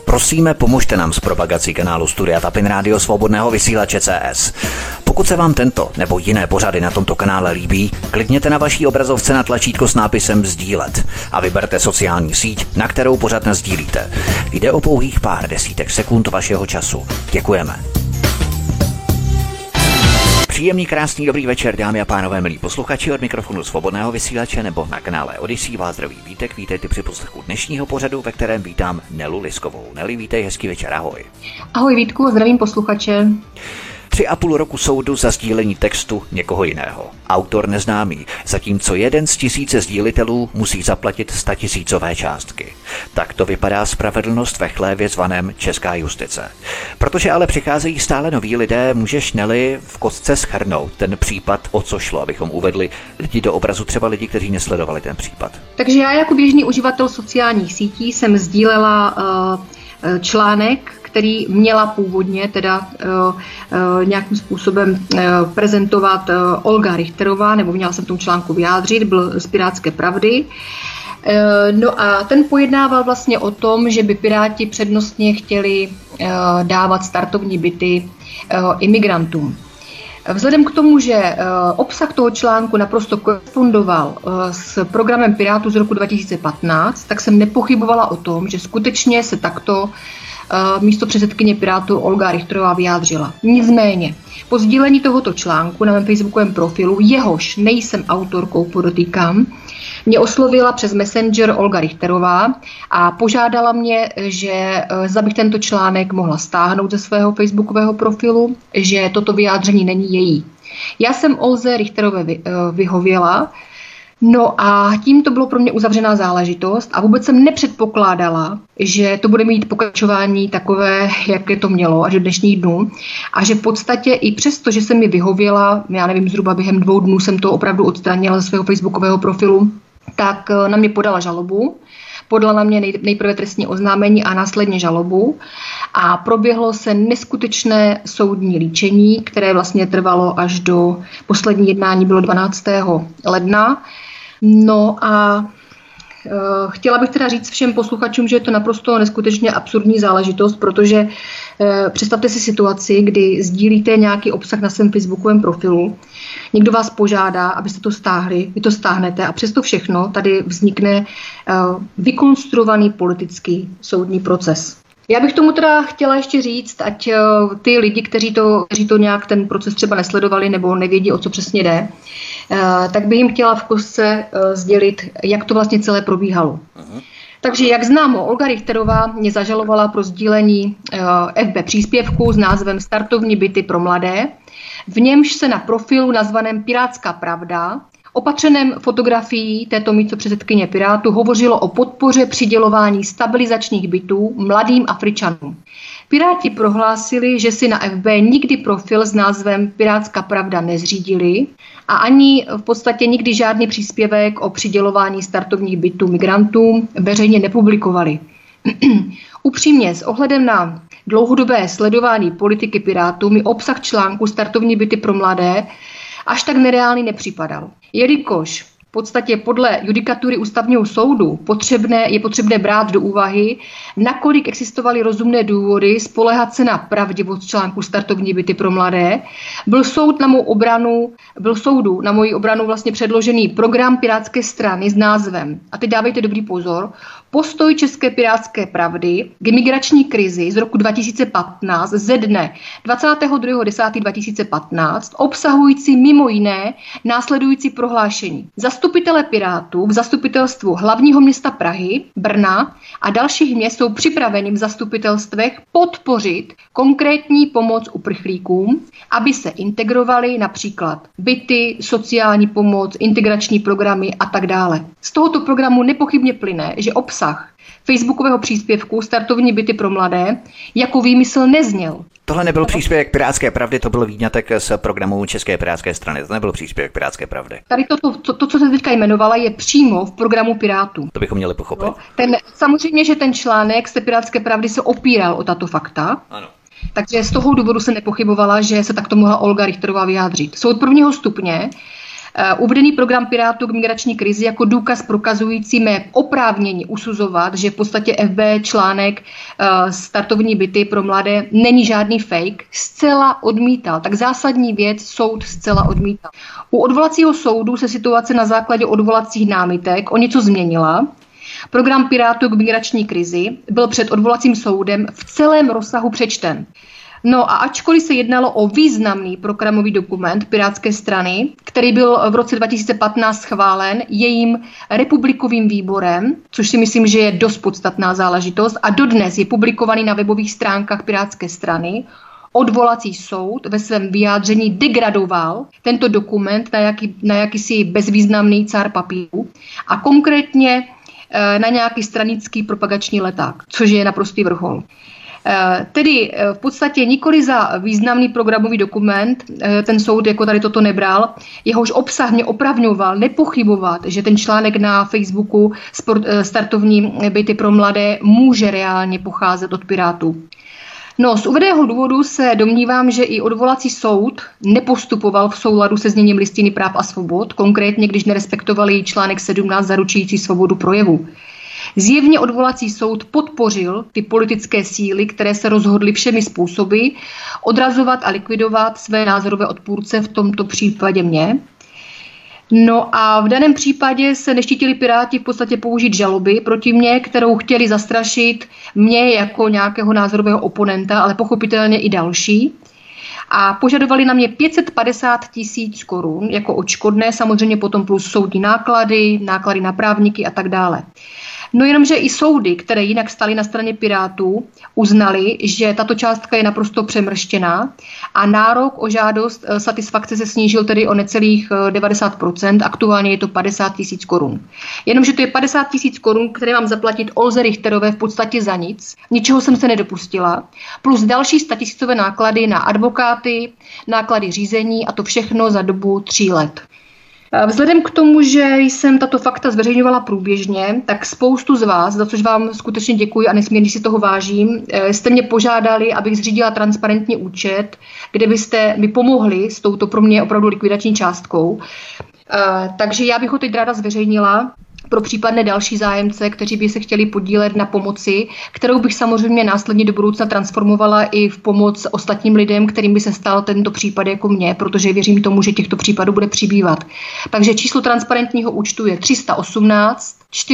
Prosíme, pomožte nám s propagací kanálu Studia Tapin Rádio Svobodného vysílače CS. Pokud se vám tento nebo jiné pořady na tomto kanále líbí, klikněte na vaší obrazovce na tlačítko s nápisem sdílet a vyberte sociální síť, na kterou pořad nasdílíte. Jde o pouhých pár desítek sekund vašeho času. Děkujeme. Příjemný, krásný, dobrý večer, dámy a pánové, milí posluchači, od mikrofonu Svobodného vysílače nebo na kanále Odyssey vás zdraví Vítek. Vítejte při poslechu dnešního pořadu, ve kterém vítám Nelu Liskovou. Neli, vítej, hezký večer, ahoj. Ahoj Vítku, zdravím posluchače. 3,5 roku soudu za sdílení textu někoho jiného. Autor neznámý, zatímco jeden z 1000 sdílitelů musí zaplatit 100 000 částky. Tak to vypadá spravedlnost ve chlévě zvaném česká justice. Protože ale přicházejí stále noví lidé, můžeš, Neli, v kostce shrnout ten případ, o co šlo, abychom uvedli lidi do obrazu, třeba lidi, kteří nesledovali ten případ. Takže já jako běžný uživatel sociálních sítí jsem sdílela článek, který měla původně teda nějakým způsobem prezentovat Olga Richterová, nebo měla jsem v tom článku vyjádřit, byl z Pirátské pravdy. No a ten pojednával vlastně o tom, že by Piráti přednostně chtěli dávat startovní byty imigrantům. Vzhledem k tomu, že obsah toho článku naprosto korespondoval s programem Pirátů z roku 2015, tak jsem nepochybovala o tom, že skutečně se takto místopředsedkyně Pirátů Olga Richterová vyjádřila. Nicméně, po sdílení tohoto článku na mém facebookovém profilu, jehož nejsem autorkou, podotýkám, mě oslovila přes Messenger Olga Richterová a požádala mě, že bych tento článek mohla stáhnout ze svého facebookového profilu, že toto vyjádření není její. Já jsem Olze Richterové vyhověla, no a tím to bylo pro mě uzavřená záležitost a vůbec jsem nepředpokládala, že to bude mít pokračování takové, jak je to mělo až do dnešních dnů a že v podstatě i přesto, že jsem mi vyhověla, já nevím, zhruba během 2 dnů jsem to opravdu odstranila ze svého facebookového profilu, tak na mě podala žalobu. Podala na mě nejprve trestní oznámení a následně žalobu a proběhlo se neskutečné soudní líčení, které vlastně trvalo až do poslední jednání, bylo 12. ledna. No a chtěla bych teda říct všem posluchačům, že je to naprosto neskutečně absurdní záležitost, protože představte si situaci, kdy sdílíte nějaký obsah na svém facebookovém profilu, někdo vás požádá, abyste to stáhli, vy to stáhnete a přesto všechno tady vznikne vykonstruovaný politický soudní proces. Já bych tomu teda chtěla ještě říct, ať ty lidi, kteří to nějak ten proces třeba nesledovali nebo nevědí, o co přesně jde, tak bych jim chtěla v kostce sdělit, jak to vlastně celé probíhalo. Takže jak známo, Olga Richterová mě zažalovala pro sdílení FB příspěvku s názvem Startovní byty pro mladé, v němž se na profilu nazvaném Pirátská pravda, opatřeném fotografií této místopředsedkyně Pirátů, hovořilo o podpoře přidělování stabilizačních bytů mladým Afričanům. Piráti prohlásili, že si na FB nikdy profil s názvem Pirátská pravda nezřídili a ani v podstatě nikdy žádný příspěvek o přidělování startovních bytů migrantům veřejně nepublikovali. Upřímně, s ohledem na dlouhodobé sledování politiky Pirátů mi obsah článku Startovní byty pro mladé až tak nereálný nepřipadal. Jelikož v podstatě podle judikatury ústavního soudu je potřebné brát do úvahy, nakolik existovaly rozumné důvody spoléhat se na pravdivost článku Startovní byty pro mladé, byl soudu na moji obranu vlastně předložený program Pirátské strany s názvem, a teď dávejte dobrý pozor, Postoj České pirátské pravdy k imigrační krizi z roku 2015 ze dne 22.10.2015 obsahující mimo jiné následující prohlášení. Zastupitelé Pirátů v zastupitelstvu hlavního města Prahy, Brna a dalších měst jsou připraveni v zastupitelstvech podpořit konkrétní pomoc uprchlíkům, aby se integrovali například byty, sociální pomoc, integrační programy a tak dále. Z tohoto programu nepochybně plyne, že obsah facebookového příspěvku Startovní byty pro mladé jako výmysl nezněl. Tohle nebyl příspěvek Pirátské pravdy, to byl výňatek z programu České pirátské strany. To nebyl příspěvek Pirátské pravdy. Tady to, co se teďka jmenovala, je přímo v programu Pirátů. To bychom měli pochopit. No, samozřejmě, že ten článek z té Pirátské pravdy se opíral o tato fakta. Ano. Takže z toho důvodu se nepochybovala, že se takto mohla Olga Richterová vyjádřit. Soud prvního stupně Uvedený program Pirátů k migrační krizi jako důkaz prokazující mé oprávnění usuzovat, že v podstatě FB článek startovní byty pro mladé není žádný fake, zcela odmítal. Tak zásadní věc soud zcela odmítal. U odvolacího soudu se situace na základě odvolacích námitek o něco změnila. Program Pirátů k migrační krizi byl před odvolacím soudem v celém rozsahu přečten. No a ačkoliv se jednalo o významný programový dokument Pirátské strany, který byl v roce 2015 schválen jejím republikovým výborem, což si myslím, že je dost podstatná záležitost, a dodnes je publikovaný na webových stránkách Pirátské strany, odvolací soud ve svém vyjádření degradoval tento dokument na jakýsi bezvýznamný cár papíru a konkrétně na nějaký stranický propagační leták, což je naprostý vrchol. Tedy v podstatě nikoli za významný programový dokument, ten soud jako tady toto nebral, jehož obsah mě opravňoval nepochybovat, že ten článek na Facebooku startovní byty pro mladé může reálně pocházet od Pirátů. No, z uvedeného důvodu se domnívám, že i odvolací soud nepostupoval v souladu se zněním Listiny práv a svobod, konkrétně když nerespektovali článek 17 zaručující svobodu projevu. Zjevně odvolací soud podpořil ty politické síly, které se rozhodly všemi způsoby odrazovat a likvidovat své názorové odpůrce, v tomto případě mě. No a v daném případě se neštítili Piráti v podstatě použít žaloby proti mně, kterou chtěli zastrašit mě jako nějakého názorového oponenta, ale pochopitelně i další. A požadovali na mě 550 000 korun jako odškodné, samozřejmě potom plus soudní náklady na právníky a tak dále. No jenomže i soudy, které jinak staly na straně Pirátů, uznali, že tato částka je naprosto přemrštěná a nárok o žádost satisfakce se snížil tedy o necelých 90%, aktuálně je to 50 000 korun. Jenomže to je 50 000 korun, které mám zaplatit Olze Richterové v podstatě za nic, ničeho jsem se nedopustila, plus další 100 000 náklady na advokáty, náklady řízení a to všechno za dobu 3 let. Vzhledem k tomu, že jsem tato fakta zveřejňovala průběžně, tak spoustu z vás, za což vám skutečně děkuji a nesmírně si toho vážím, jste mě požádali, abych zřídila transparentní účet, kde byste mi pomohli s touto pro mě opravdu likvidační částkou. Takže já bych ho teď ráda zveřejnila pro případné další zájemce, kteří by se chtěli podílet na pomoci, kterou bych samozřejmě následně do budoucna transformovala i v pomoc ostatním lidem, kterým by se stal tento případ jako mně, protože věřím tomu, že těchto případů bude přibývat. Takže číslo transparentního účtu je 318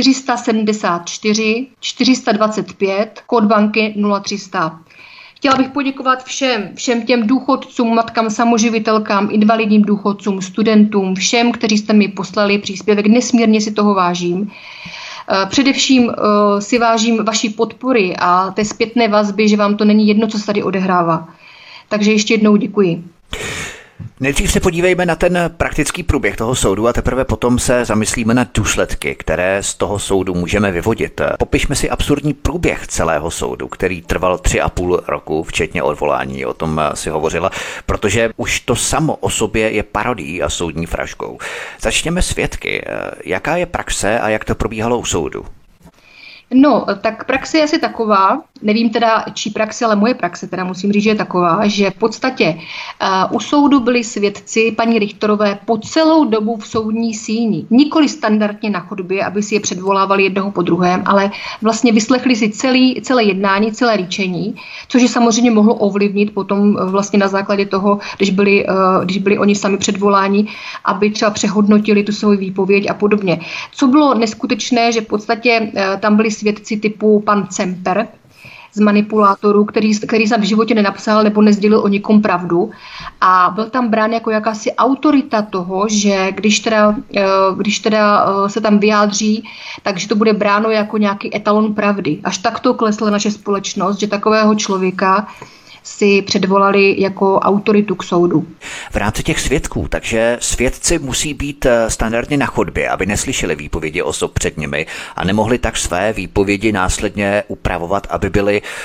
474 425, kód banky 0300. Chtěla bych poděkovat všem těm důchodcům, matkám, samoživitelkám, invalidním důchodcům, studentům, všem, kteří jste mi poslali příspěvek. Nesmírně si toho vážím. Především si vážím vaší podpory a té zpětné vazby, že vám to není jedno, co se tady odehrává. Takže ještě jednou děkuji. Nejdřív se podívejme na ten praktický průběh toho soudu a teprve potom se zamyslíme na důsledky, které z toho soudu můžeme vyvodit. Popišme si absurdní průběh celého soudu, který trval 3,5 roku, včetně odvolání, o tom si hovořila, protože už to samo o sobě je parodií a soudní fraškou. Začněme svědky. Jaká je praxe a jak to probíhalo u soudu? No, tak praxe je asi taková, nevím teda čí praxe, ale moje praxe teda musím říct, že je taková, že v podstatě u soudu byli svědci paní Richterové po celou dobu v soudní síni. Nikoli standardně na chodbě, aby si je předvolávali jednoho po druhém, ale vlastně vyslechli si celé jednání, celé líčení, což je samozřejmě mohlo ovlivnit potom vlastně na základě toho, když byli oni sami předvoláni, aby třeba přehodnotili tu svou výpověď a podobně. Co bylo neskutečné, že v podstatě tam byli svědci typu pan Cemper z manipulátorů, který jsem v životě nenapsal nebo nezdělil o nikom pravdu a byl tam brán jako jakási autorita toho, že když teda se tam vyjádří, takže to bude bráno jako nějaký etalon pravdy. Až takto klesla naše společnost, že takového člověka si předvolali jako autoritu k soudu. V rámci těch svědků, takže svědci musí být standardně na chodbě, aby neslyšeli výpovědi osob před nimi a nemohli tak své výpovědi následně upravovat, aby byly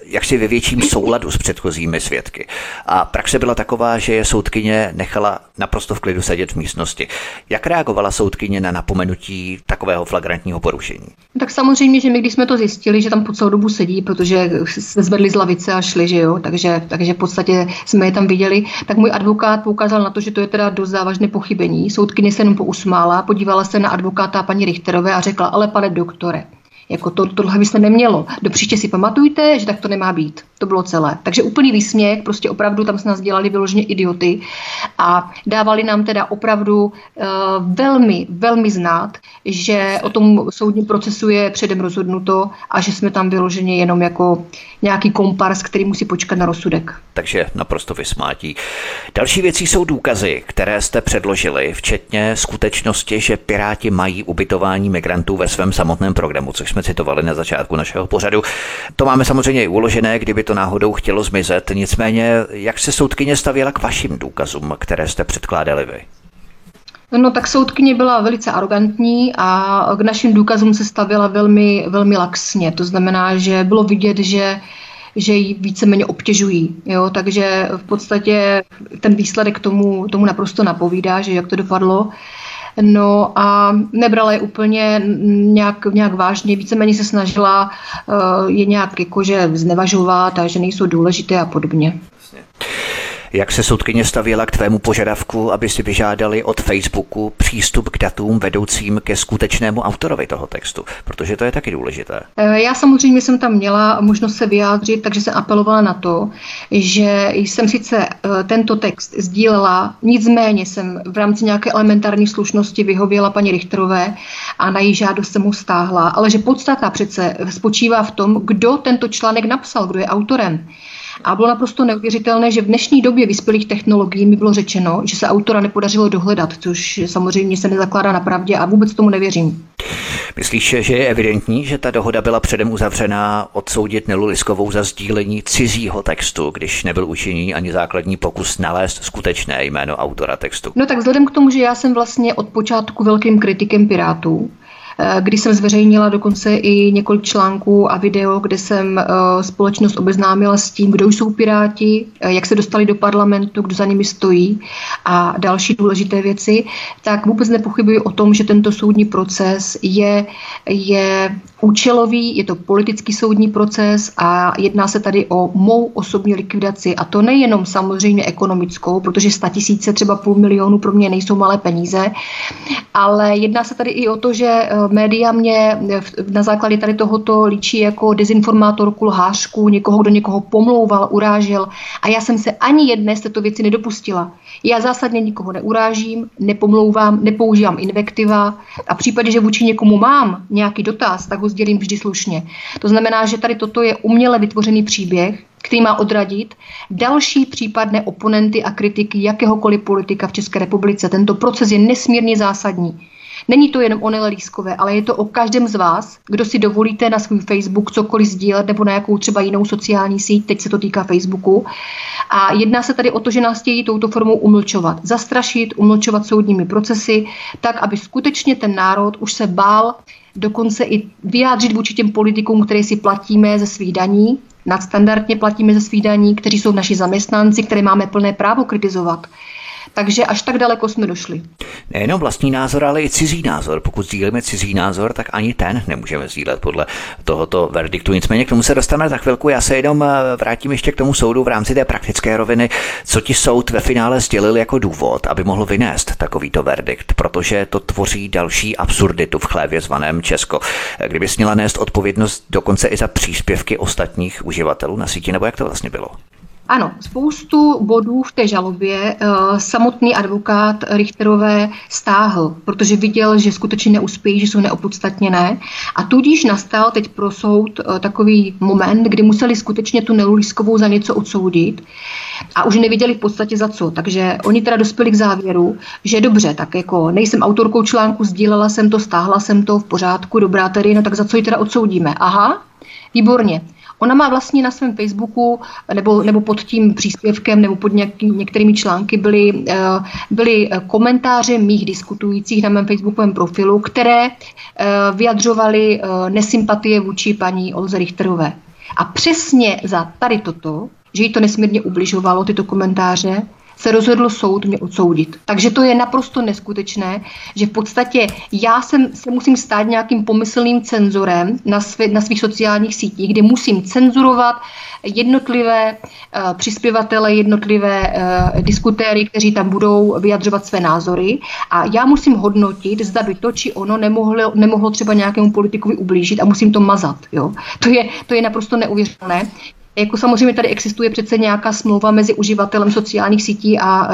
jaksi ve větším souladu s předchozími svědky. A praxe byla taková, že je soudkyně nechala naprosto v klidu sedět v místnosti. Jak reagovala soudkyně na napomenutí takového flagrantního porušení? Tak samozřejmě, že my, když jsme to zjistili, že tam po celou dobu sedí, protože se zvedli z lavice a šli, že jo, takže v podstatě jsme je tam viděli, tak můj advokát poukázal na to, že to je teda dost závažné pochybení. Soudkyně se jenom pousmála, podívala se na advokáta paní Richterové a řekla: ale pane doktore, jako tohle by se nemělo. Do příště si pamatujte, že tak to nemá být. To bylo celé. Takže úplný výsměch, prostě opravdu tam se nás dělali vyloženě idioty a dávali nám teda opravdu velmi, velmi znát, že o tom soudním procesu je předem rozhodnuto a že jsme tam vyloženě jenom jako nějaký kompars, který musí počkat na rozsudek. Takže naprosto vysmátí. Další věcí jsou důkazy, které jste předložili, včetně skutečnosti, že Piráti mají ubytování migrantů ve svém samotném programu, což jsme citovali na začátku našeho pořadu. To máme samozřejmě i uložené, kdyby to náhodou chtělo zmizet. Nicméně, jak se soudkyně stavěla k vašim důkazům, které jste předkládali vy? No tak soudkyně byla velice arrogantní a k našim důkazům se stavěla velmi, velmi laxně. To znamená, že bylo vidět, že ji víceméně obtěžují. Jo? Takže v podstatě ten výsledek tomu naprosto napovídá, že jak to dopadlo. No a nebrala je úplně nějak vážně, víceméně se snažila je nějak jakože znevažovat a že nejsou důležité a podobně. Jak se soudkyně stavěla k tvému požadavku, aby si vyžádali od Facebooku přístup k datům vedoucím ke skutečnému autorovi toho textu? Protože to je taky důležité. Já samozřejmě jsem tam měla možnost se vyjádřit, takže jsem apelovala na to, že jsem sice tento text sdílela, nicméně jsem v rámci nějaké elementární slušnosti vyhověla paní Richterové a na její žádost jsem ho stáhla, ale že podstata přece spočívá v tom, kdo tento článek napsal, kdo je autorem. A bylo naprosto neuvěřitelné, že v dnešní době vyspělých technologií mi bylo řečeno, že se autora nepodařilo dohledat, což samozřejmě se nezakládá na pravdě a vůbec tomu nevěřím. Myslíš, že je evidentní, že ta dohoda byla předem uzavřená odsoudit Nelu Liskovou za sdílení cizího textu, když nebyl učiněný ani základní pokus nalézt skutečné jméno autora textu? No tak vzhledem k tomu, že já jsem vlastně od počátku velkým kritikem Pirátů, kdy jsem zveřejnila dokonce i několik článků a video, kde jsem společnost obeznámila s tím, kdo jsou Piráti, jak se dostali do parlamentu, kdo za nimi stojí a další důležité věci, tak vůbec nepochybuji o tom, že tento soudní proces je účelový, je to politický soudní proces a jedná se tady o mou osobní likvidaci. A to nejenom samozřejmě ekonomickou, protože 100 000, třeba 500 000 pro mě nejsou malé peníze, ale jedná se tady i o to, že média mě na základě tady tohoto líčí jako dezinformátorku, lhářku, někoho, kdo někoho pomlouval, urážel. A já jsem se ani jedné z této věci nedopustila. Já zásadně nikoho neurážím, nepomlouvám, nepoužívám invektiva a v případě, že vůči někomu mám nějaký dotaz, tak ho sdělím vždy slušně. To znamená, že tady toto je uměle vytvořený příběh, který má odradit další případné oponenty a kritiky jakéhokoliv politika v České republice. Tento proces je nesmírně zásadní. Není to jenom o Nele Lískové, ale je to o každém z vás, kdo si dovolíte na svůj Facebook cokoliv sdílet nebo na jakou třeba jinou sociální síť, teď se to týká Facebooku. A jedná se tady o to, že nás chtějí touto formou umlčovat, zastrašit, umlčovat soudními procesy, tak, aby skutečně ten národ už se bál dokonce i vyjádřit vůči těm politikům, které si platíme ze svých daní, nadstandardně platíme ze svých daní, kteří jsou naši zaměstnanci, které máme plné právo kritizovat. Takže až tak daleko jsme došli. Nejenom vlastní názor, ale i cizí názor. Pokud sdílíme cizí názor, tak ani ten nemůžeme sdílet podle tohoto verdiktu. Nicméně k tomu se dostaneme za chvilku. Já se jenom vrátím ještě k tomu soudu v rámci té praktické roviny. Co ti soud ve finále sdělil jako důvod, aby mohl vynést takovýto verdikt, protože to tvoří další absurditu v chlévě zvaném Česko. Kdyby měla nést odpovědnost dokonce i za příspěvky ostatních uživatelů na síti, nebo jak to vlastně bylo? Ano, spoustu bodů v té žalobě samotný advokát Richterové stáhl, protože viděl, že skutečně neuspějí, že jsou neopodstatněné. A tudíž nastal teď pro soud takový moment, kdy museli skutečně tu Nelu Lískovou za něco odsoudit a už nevěděli v podstatě za co. Takže oni teda dospěli k závěru, že dobře, tak jako nejsem autorkou článku, sdílela jsem to, stáhla jsem to, v pořádku, dobrá tedy, no tak za co ji teda odsoudíme? Aha, výborně. Ona má vlastně na svém Facebooku nebo pod tím příspěvkem nebo pod některými články byly komentáře mých diskutujících na mém facebookovém profilu, které vyjadřovaly nesympatie vůči paní Olze Richterové. A přesně za tady toto, že jí to nesmírně ubližovalo, tyto komentáře, se rozhodl soud mě odsoudit. Takže to je naprosto neskutečné, že v podstatě já se musím stát nějakým pomyslným cenzorem na svých sociálních sítích, kde musím cenzurovat jednotlivé přispěvatele, jednotlivé diskutéry, kteří tam budou vyjadřovat své názory. A já musím hodnotit, zda by to či ono nemohlo třeba nějakému politikovi ublížit a musím to mazat. Jo? To je naprosto neuvěřitelné. Jako samozřejmě tady existuje přece nějaká smlouva mezi uživatelem sociálních sítí a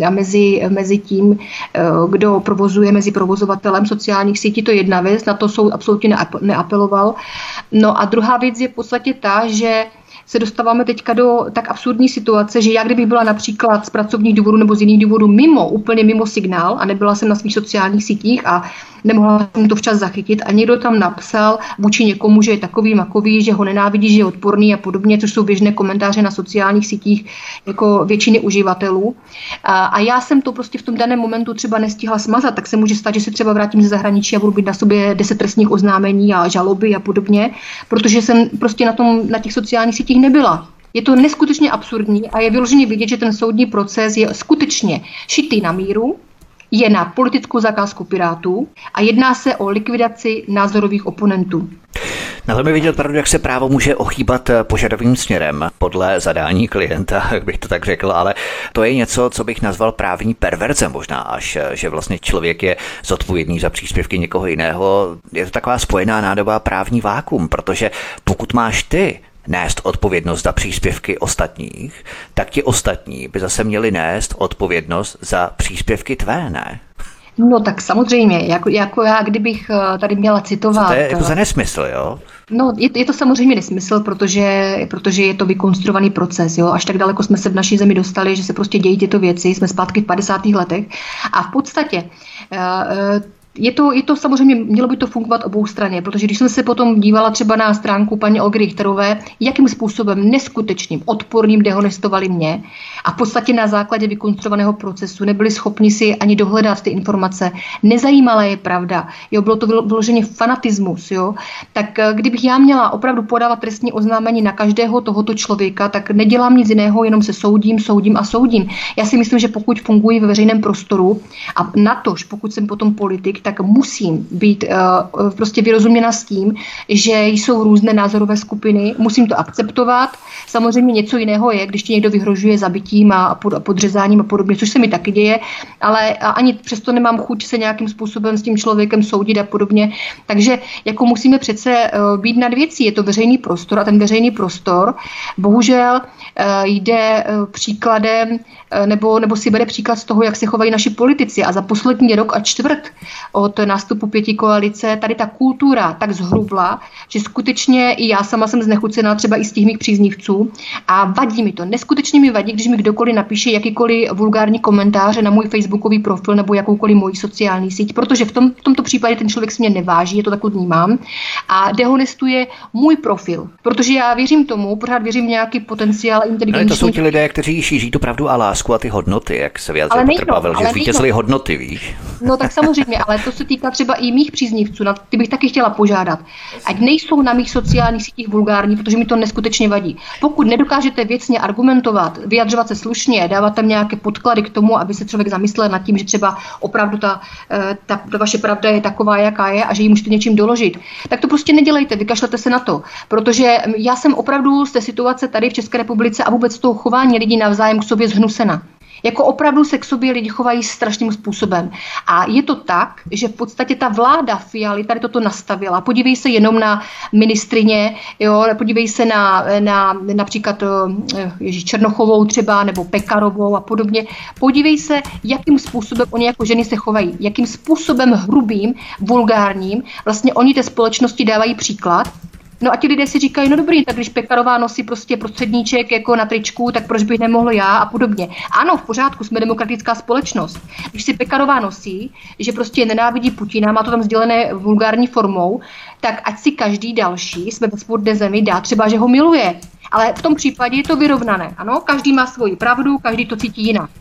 mezi tím, kdo provozuje, mezi provozovatelem sociálních sítí. To je jedna věc, na to soud absolutně neapeloval. No a druhá věc je v podstatě ta, že se dostáváme teďka do tak absurdní situace, že já kdybych byla například z pracovních důvodů nebo z jiných důvodů úplně mimo signál a nebyla jsem na svých sociálních sítích a nemohla jsem to včas zachytit a někdo tam napsal vůči někomu, že je takový makový, že ho nenávidí, že je odporný a podobně, což jsou běžné komentáře na sociálních sítích jako většiny uživatelů. A já jsem to prostě v tom daném momentu třeba nestihla smazat, tak se může stát, že se třeba vrátím ze zahraničí a budu být na sobě 10 trestních oznámení a žaloby a podobně, protože jsem prostě na těch sociálních sítích nebyla. Je to neskutečně absurdní a je vyloženě vidět, že ten soudní proces je skutečně šitý na míru, je na politickou zakázku Pirátů a jedná se o likvidaci názorových oponentů. Na tom je vidět opravdu, jak se právo může ohýbat požadavým směrem podle zadání klienta, jak bych to tak řekl, ale to je něco, co bych nazval právní perverze možná až, že vlastně člověk je zodpovědný za příspěvky někoho jiného. Je to taková spojená nádoba právní vákuum, protože pokud máš ty nést odpovědnost za příspěvky ostatních, tak ti ostatní by zase měli nést odpovědnost za příspěvky tvé, ne? No tak samozřejmě, jako já, kdybych tady měla citovat... Co to je jako za nesmysl, jo? No, je to samozřejmě nesmysl, protože je to vykonstruovaný proces, jo. Až tak daleko jsme se v naší zemi dostali, že se prostě dějí tyto věci, jsme zpátky v 50. letech a v podstatě... Je to samozřejmě, mělo by to fungovat oboustranně, protože když jsem se potom dívala třeba na stránku paní Olgy Richterové, jakým způsobem neskutečným, odporným dehonestovali mě a v podstatě na základě vykonstruovaného procesu nebyli schopni si ani dohledat ty informace, nezajímala je pravda, jo, bylo to vyloženě fanatismus, jo, tak kdybych já měla opravdu podávat trestní oznámení na každého tohoto člověka, tak nedělám nic jiného, jenom se soudím. Já si myslím, že pokud funguji ve veřejném prostoru a natož, pokud jsem potom politik, tak musím být prostě vyrozuměna s tím, že jsou různé názorové skupiny, musím to akceptovat. Samozřejmě něco jiného je, když ti někdo vyhrožuje zabitím a podřezáním a podobně, což se mi taky děje, ale ani přesto nemám chuť se nějakým způsobem s tím člověkem soudit a podobně. Takže jako musíme přece být nad věcí. Je to veřejný prostor a ten veřejný prostor bohužel jde příkladem nebo si bere příklad z toho, jak se chovají naši politici a za poslední rok a čtvrt od nástupu pětikoalice tady ta kultura tak zhrubla, že skutečně i já sama jsem znechucená třeba i z těch mých příznivců a vadí mi to. Neskutečně mi vadí, když mi kdokoliv napíše jakýkoliv vulgární komentář na můj facebookový profil nebo jakoukoliv moji sociální síť, protože v tomto případě ten člověk si mě neváží, je to takhle vnímám a dehonestuje můj profil, protože já věřím tomu, pořád věřím v nějaký potenciál inteligentní. To jsou ti lidé, kteří šíří tu pravdu a lásku a ty hodnoty, jak se vyjadřuje Petr Pavel, že zvítězily hodnoty, víš? No tak samozřejmě, ale to se týká třeba i mých příznivců, na ty bych taky chtěla požádat. Ať nejsou na mých sociálních sítích vulgární, protože mi to neskutečně vadí. Pokud nedokážete věcně argumentovat, vyjadřovat se slušně, dávat tam nějaké podklady k tomu, aby se člověk zamyslel nad tím, že třeba opravdu ta vaše pravda je taková, jaká je a že ji můžete něčím doložit, tak to prostě nedělejte, vykašlete se na to. Protože já jsem opravdu z té situace tady v České republice a vůbec z toho chování lidí navzájem k sobě zhnusena. Jako opravdu se k sobě lidi chovají strašným způsobem. A je to tak, že v podstatě ta vláda Fialy tady toto nastavila. Podívej se jenom na ministrině, jo, podívej se na například Černochovou třeba, nebo Pekarovou a podobně. Podívej se, jakým způsobem oni jako ženy se chovají. Jakým způsobem hrubým, vulgárním vlastně oni té společnosti dávají příklad. No a ti lidé si říkají, no dobrý, tak když Pekarová nosí prostě prostředníček jako na tričku, tak proč bych nemohl já a podobně. Ano, v pořádku, jsme demokratická společnost. Když si Pekarová nosí, že prostě nenávidí Putina, má to tam sdělené vulgární formou, tak ať si každý další, jsme ve svobodné zemi, dá třeba, že ho miluje. Ale v tom případě je to vyrovnané. Ano, každý má svoji pravdu, každý to cítí jinak.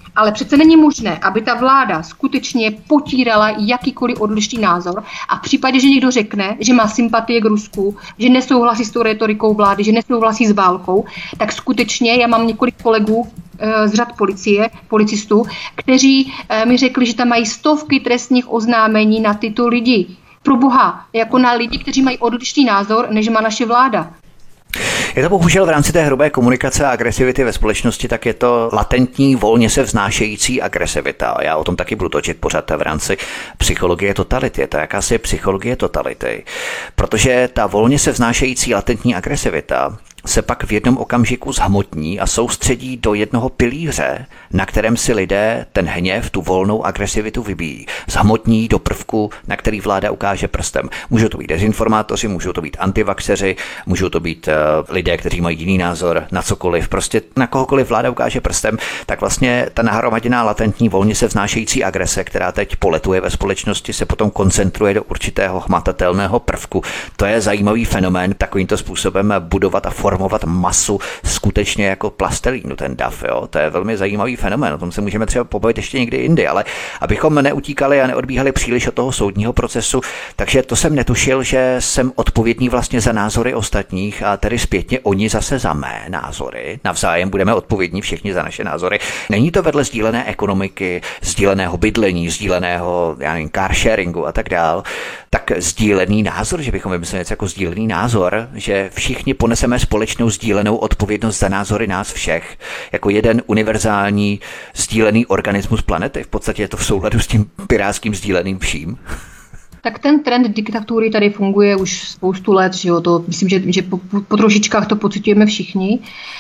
Ale přece není možné, aby ta vláda skutečně potírala jakýkoliv odlišný názor a v případě, že někdo řekne, že má sympatie k Rusku, že nesouhlasí s tou retorikou vlády, že nesouhlasí s válkou, tak skutečně já mám několik kolegů z řad policistů, kteří mi řekli, že tam mají stovky trestních oznámení na tyto lidi. Pro boha, jako na lidi, kteří mají odlišný názor, než má naše vláda. Je to bohužel v rámci té hrubé komunikace a agresivity ve společnosti, tak je to latentní, volně se vznášející agresivita. Já o tom taky budu točit pořád v rámci psychologie totality. Je to jakási psychologie totality. Protože ta volně se vznášející latentní agresivita se pak v jednom okamžiku zhmotní a soustředí do jednoho pilíře, na kterém si lidé ten hněv, tu volnou agresivitu vybíjí. Zhmotní do prvku, na který vláda ukáže prstem. Můžou to být dezinformátoři, můžou to být antivaxeři, můžou to být lidé, kteří mají jiný názor na cokoliv. Prostě na kohokoliv vláda ukáže prstem, tak vlastně ta nahromaděná latentní, volně se vznášející agrese, která teď poletuje ve společnosti, se potom koncentruje do určitého hmatatelného prvku. To je zajímavý fenomén, takovýmto způsobem budovat a formovat masu skutečně jako plastelínu, ten dav, jo. To je velmi zajímavý fenomén, o tom se můžeme třeba pobavit ještě někdy jindy, ale abychom neutíkali a neodbíhali příliš od toho soudního procesu, takže to jsem netušil, že jsem odpovědný vlastně za názory ostatních a tedy zpětně oni zase za mé názory. Navzájem budeme odpovědní všichni za naše názory. Není to vedle sdílené ekonomiky, sdíleného bydlení, sdíleného, já nevím, car sharingu a tak dál, tak sdílený názor, že bychom vymysleli něco jako sdílený názor, že všichni poneseme společnou sdílenou odpovědnost za názory nás všech, jako jeden univerzální sdílený organismus planety. V podstatě je to v souladu s tím pirátským sdíleným vším. Tak ten trend diktatury tady funguje už spoustu let, že jo? To myslím, že po trošičkách to pociťujeme všichni.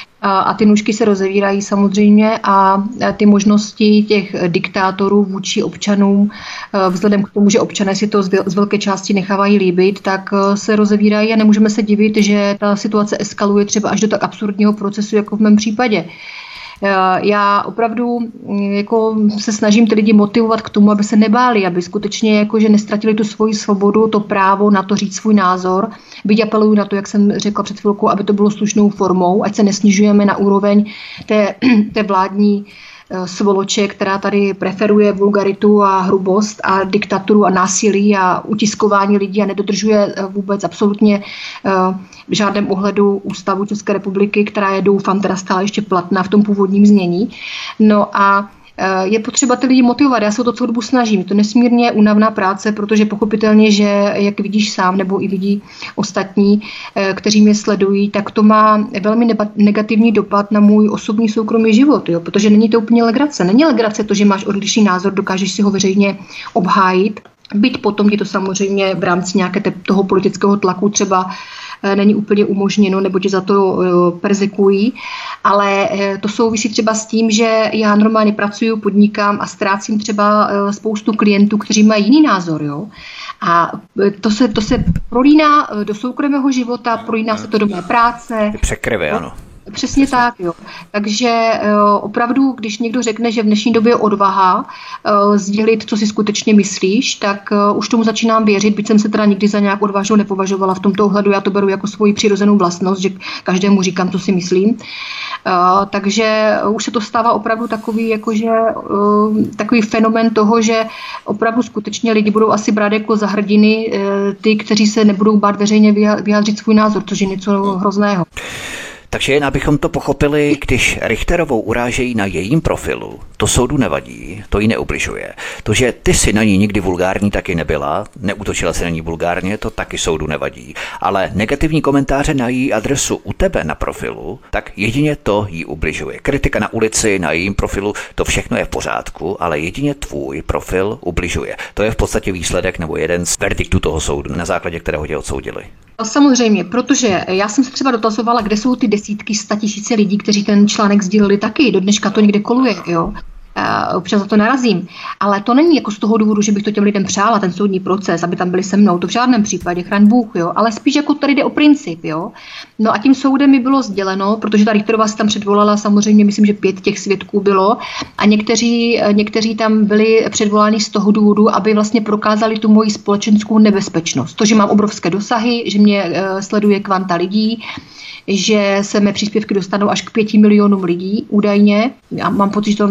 A ty nůžky se rozevírají samozřejmě a ty možnosti těch diktátorů vůči občanům, vzhledem k tomu, že občané si to z velké části nechávají líbit, tak se rozevírají a nemůžeme se divit, že ta situace eskaluje třeba až do tak absurdního procesu, jako v mém případě. Já opravdu jako se snažím ty lidi motivovat k tomu, aby se nebáli, aby skutečně jako, že nestratili tu svoji svobodu, to právo na to říct svůj názor. Byť apeluju na to, jak jsem řekla před chvilkou, aby to bylo slušnou formou, ať se nesnižujeme na úroveň té vládní svoloče, která tady preferuje vulgaritu a hrubost a diktaturu a násilí a utiskování lidí a nedodržuje vůbec absolutně v žádném ohledu ústavu České republiky, která je, doufám, teda stále ještě platná v tom původním znění. No a je potřeba ty lidi motivovat. Já se o to celou dobu snažím. To je nesmírně únavná práce, protože pochopitelně, že jak vidíš sám, nebo i vidí ostatní, kteří mě sledují, tak to má velmi negativní dopad na můj osobní soukromý život, jo? Protože není to úplně legrace. Není legrace to, že máš odlišný názor, dokážeš si ho veřejně obhájit. Byť potom ti to samozřejmě v rámci nějaké toho politického tlaku třeba není úplně umožněno, nebo tě za to perzekují, ale to souvisí třeba s tím, že já normálně pracuju, podnikám a ztrácím třeba spoustu klientů, kteří mají jiný názor, jo. A to se prolíná do soukromého života, prolíná se to do mé práce. Překryvy, ano. Přesně tak, jo. Takže opravdu, když někdo řekne, že v dnešní době je odvaha sdělit, co si skutečně myslíš, tak už tomu začínám věřit, byť jsem se teda nikdy za nějak odvážnou nepovažovala v tomto ohledu, já to beru jako svoji přirozenou vlastnost, že každému říkám, co si myslím. Takže už se to stává opravdu takový, jakože, takový fenomén toho, že opravdu skutečně lidi budou asi brát jako za hrdiny ty, kteří se nebudou bát veřejně vyjádřit svůj názor, což je něco hrozného. Takže jen abychom to pochopili, když Richterovou urážejí na jejím profilu, to soudu nevadí, to jí neubližuje. To, že ty si na ní nikdy vulgární taky nebyla, neútočila si na ní vulgárně, to taky soudu nevadí. Ale negativní komentáře na její adresu u tebe na profilu, tak jedině to jí ubližuje. Kritika na ulici, na jejím profilu, to všechno je v pořádku, ale jedině tvůj profil ubližuje. To je v podstatě výsledek nebo jeden z verdiktů toho soudu, na základě kterého tě odsoudili. Samozřejmě, protože já jsem se třeba dotazovala, kde jsou ty desítky, 100 000 lidí, kteří ten článek sdíleli taky. Do dneška to někde koluje, jo. Občas za to narazím. Ale to není jako z toho důvodu, že bych to těm lidem přála, ten soudní proces, aby tam byli se mnou. To v žádném případě, chraň Bůh, jo. Ale spíš jako tady jde o princip, jo. No a tím soudem mi bylo sděleno, protože ta Richterová se tam předvolala, samozřejmě myslím, že 5 těch svědků bylo a někteří tam byli předvoláni z toho důvodu, aby vlastně prokázali tu moji společenskou nebezpečnost. To, že mám obrovské dosahy, že mě sleduje kvanta lidí, že se mé příspěvky dostanou až k 5 milionům lidí údajně. Já mám pocit, že to tam zaznělo, že k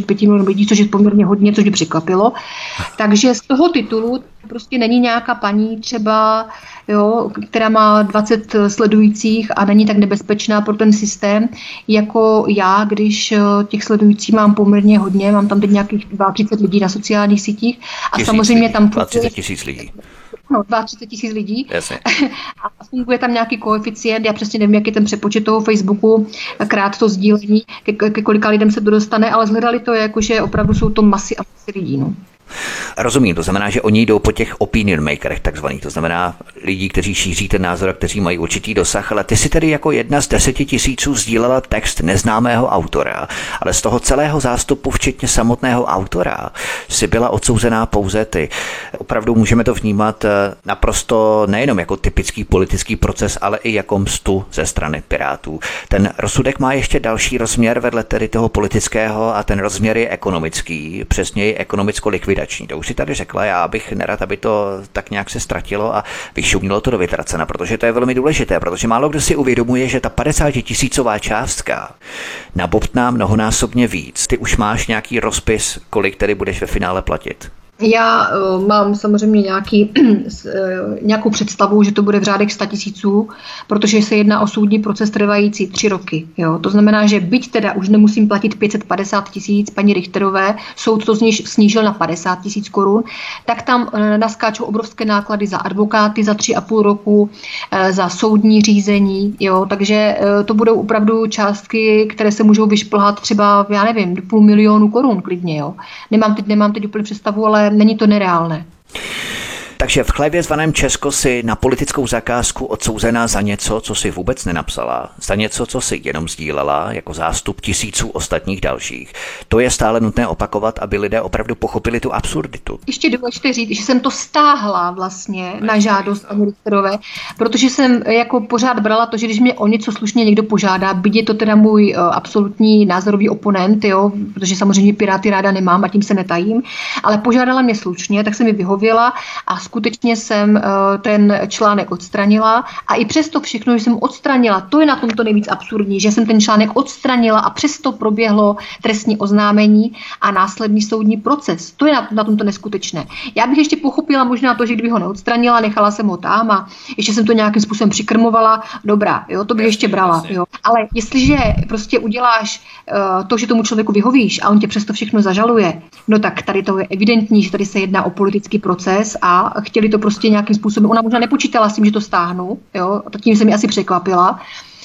5 milionů lidí, což je poměrně hodně, což by překvapilo. Takže z toho titulu prostě není nějaká paní třeba, jo, která má 20 sledujících a není tak nebezpečná pro ten systém, jako já, když těch sledujících mám poměrně hodně, mám tam teď nějakých 32 lidí na sociálních sítích a samozřejmě tam 20 000 lidí. No, 32 000 lidí. Jasně. A funguje tam nějaký koeficient, já přesně nevím, jak je ten přepočet toho Facebooku, krát to sdílení, ke kolika lidem se to dostane, ale zhledali to jako, že opravdu jsou to masy a masy lidí. No. Rozumím, to znamená, že oni jdou po těch opinion makerech takzvaných, to znamená lidí, kteří šíří ten názor a kteří mají určitý dosah, ale ty si tedy jako jedna z 10 000 sdílela text neznámého autora, ale z toho celého zástupu, včetně samotného autora, si byla odsouzená pouze ty. Opravdu můžeme to vnímat naprosto nejenom jako typický politický proces, ale i jako mstu ze strany Pirátů. Ten rozsudek má ještě další rozměr vedle tedy toho politického a ten rozměr je ekonomický, přesněji ekonomicko-likvidační. To už si tady řekla, já bych nerad, aby to tak nějak se ztratilo a vyšumilo to do vytracena, protože to je velmi důležité, protože málo kdo si uvědomuje, že ta 50 000 částka nabobtná mnohonásobně víc. Ty už máš nějaký rozpis, kolik tedy budeš ve finále platit? Já mám samozřejmě nějakou představu, že to bude v řádech 100 000, protože se jedná o soudní proces trvající 3 roky. Jo. To znamená, že byť teda už nemusím platit 550 000 paní Richterové, soud to snížil na 50 000 korun, tak tam naskáčou obrovské náklady za advokáty za 3,5 roku, za soudní řízení. Jo. Takže to budou opravdu částky, které se můžou vyšplhat třeba, já nevím, do 500 000 korun klidně. Jo. Nemám teď úplně představu, ale není to nereálné. Takže v chlebě zvaném Česko si na politickou zakázku odsouzená za něco, co si vůbec nenapsala, za něco, co si jenom sdílela, jako zástup tisíců ostatních dalších. To je stále nutné opakovat, aby lidé opravdu pochopili tu absurditu. Ještě důležité říct, že jsem to stáhla vlastně na žádost paní Richterové, protože jsem jako pořád brala to, že když mě o něco slušně někdo požádá, byť je to teda můj absolutní názorový oponent, jo, protože samozřejmě Piráty ráda nemám a tím se netajím, ale požádala mě slušně, tak jsem mi vyhověla a skutečně jsem ten článek odstranila a i přesto všechno, že jsem odstranila, to je na tomto nejvíc absurdní, že jsem ten článek odstranila a přesto proběhlo trestní oznámení a následný soudní proces. To je na tomto neskutečné. Já bych ještě pochopila možná to, že kdyby ho neodstranila, nechala jsem ho tam a ještě jsem to nějakým způsobem přikrmovala, dobrá, jo, to bych ještě brala. Jo. Ale jestliže prostě uděláš to, že tomu člověku vyhovíš a on tě přesto všechno zažaluje, no tak tady to je evidentní, že tady se jedná o politický proces a chtěli to prostě nějakým způsobem. Ona možná nepočítala s tím, že to stáhnu, jo, tím se mi asi překvapila.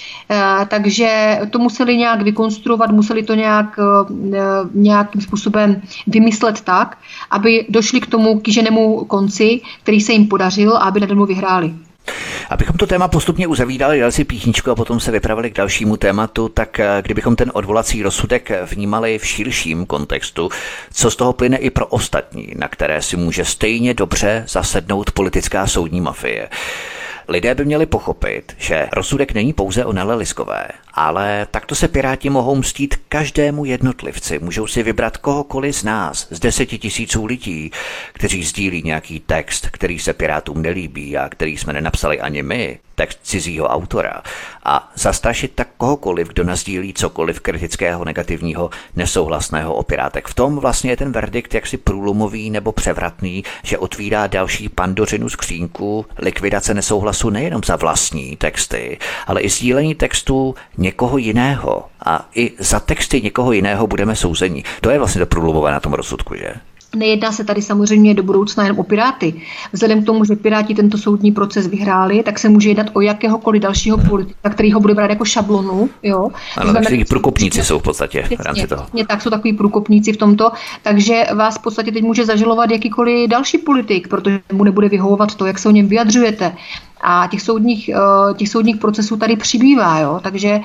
Takže to museli nějak vykonstruovat, museli to nějakým způsobem vymyslet tak, aby došli k tomu kýženému konci, který se jim podařil a aby nade mnou vyhráli. Abychom to téma postupně uzavírali, dali si píchničku a potom se vypravili k dalšímu tématu, tak kdybychom ten odvolací rozsudek vnímali v širším kontextu, co z toho plyne i pro ostatní, na které si může stejně dobře zasednout politická soudní mafie. Lidé by měli pochopit, že rozsudek není pouze o Nele Liskové, ale takto se Piráti mohou mstít každému jednotlivci. Můžou si vybrat kohokoliv z nás, z 10 000 lidí, kteří sdílí nějaký text, který se Pirátům nelíbí a který jsme nenapsali ani my, text cizího autora, a zastrašit tak kohokoliv, kdo nasdílí cokoliv kritického, negativního, nesouhlasného o Pirátech. V tom vlastně je ten verdikt jaksi průlomový nebo převratný, že otvírá další Pandořinu skřínku likvidace nesouhlasu nejenom za vlastní texty, ale i sdílení textů někoho jiného. A i za texty někoho jiného budeme souzeni. To je vlastně to průlomové na tom rozsudku, že? Nejedná se tady samozřejmě do budoucna jen o Piráty. Vzhledem k tomu, že Piráti tento soudní proces vyhráli, tak se může jednat o jakéhokoliv dalšího politika, který ho bude brát jako šablonu. Jo. Ano, takže průkopníci jsou v podstatě v rámci toho. Tak jsou takový průkopníci v tomto, takže vás v podstatě teď může zažalovat jakýkoliv další politik, protože mu nebude vyhovovat to, jak se o něm vyjadřujete. A těch soudních procesů tady přibývá, jo.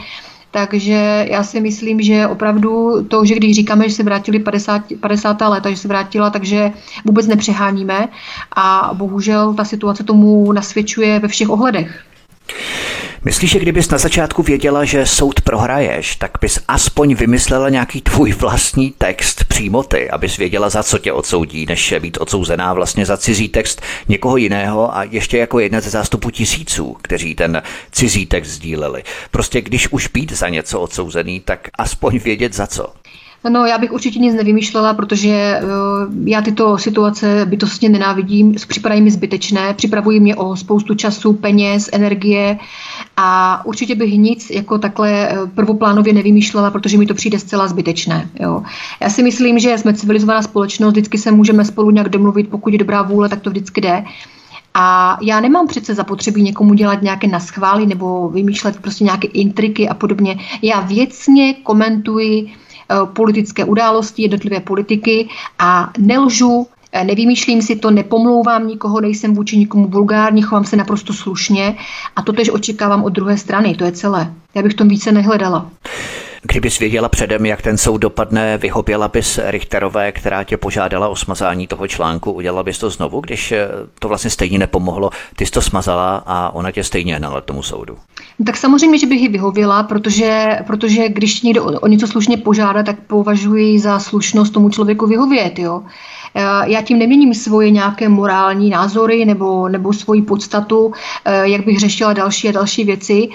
Takže já si myslím, že opravdu to, že když říkáme, že se vrátili 50. léta, že se vrátila, takže vůbec nepřeháníme a bohužel ta situace tomu nasvědčuje ve všech ohledech. Myslíš, že kdybys na začátku věděla, že soud prohraješ, tak bys aspoň vymyslela nějaký tvůj vlastní text přímo ty, abys věděla, za co tě odsoudí, než být odsouzená vlastně za cizí text někoho jiného a ještě jako jedna ze zástupu tisíců, kteří ten cizí text sdíleli. Prostě když už být za něco odsouzený, tak aspoň vědět za co. No, já bych určitě nic nevymýšlela, protože já tyto situace bytostně nenávidím, připadají mi zbytečné, připravují mě o spoustu času, peněz, energie a určitě bych nic jako takhle prvoplánově nevymýšlela, protože mi to přijde zcela zbytečné. Jo. Já si myslím, že jsme civilizovaná společnost, vždycky se můžeme spolu nějak domluvit, pokud je dobrá vůle, tak to vždycky jde. A já nemám přece zapotřebí někomu dělat nějaké naschvály nebo vymýšlet prostě nějaké intriky a podobně. Já věcně komentuji politické události, jednotlivé politiky a nelžu, nevymýšlím si to, nepomlouvám nikoho, nejsem vůči nikomu vulgární, chovám se naprosto slušně a to tež očekávám od druhé strany, to je celé. Já bych v tom více nehledala. Kdybys věděla předem, jak ten soud dopadne, vyhověla bys Richterové, která tě požádala o smazání toho článku, udělala bys to znovu, když to vlastně stejně nepomohlo, ty jsi to smazala a ona tě stejně hnala k tomu soudu? Tak samozřejmě, že bych ji vyhověla, protože když někdo o něco slušně požádá, tak považuji za slušnost tomu člověku vyhovět, jo. Já tím neměním svoje nějaké morální názory nebo svoji podstatu, jak bych řešila další a další věci.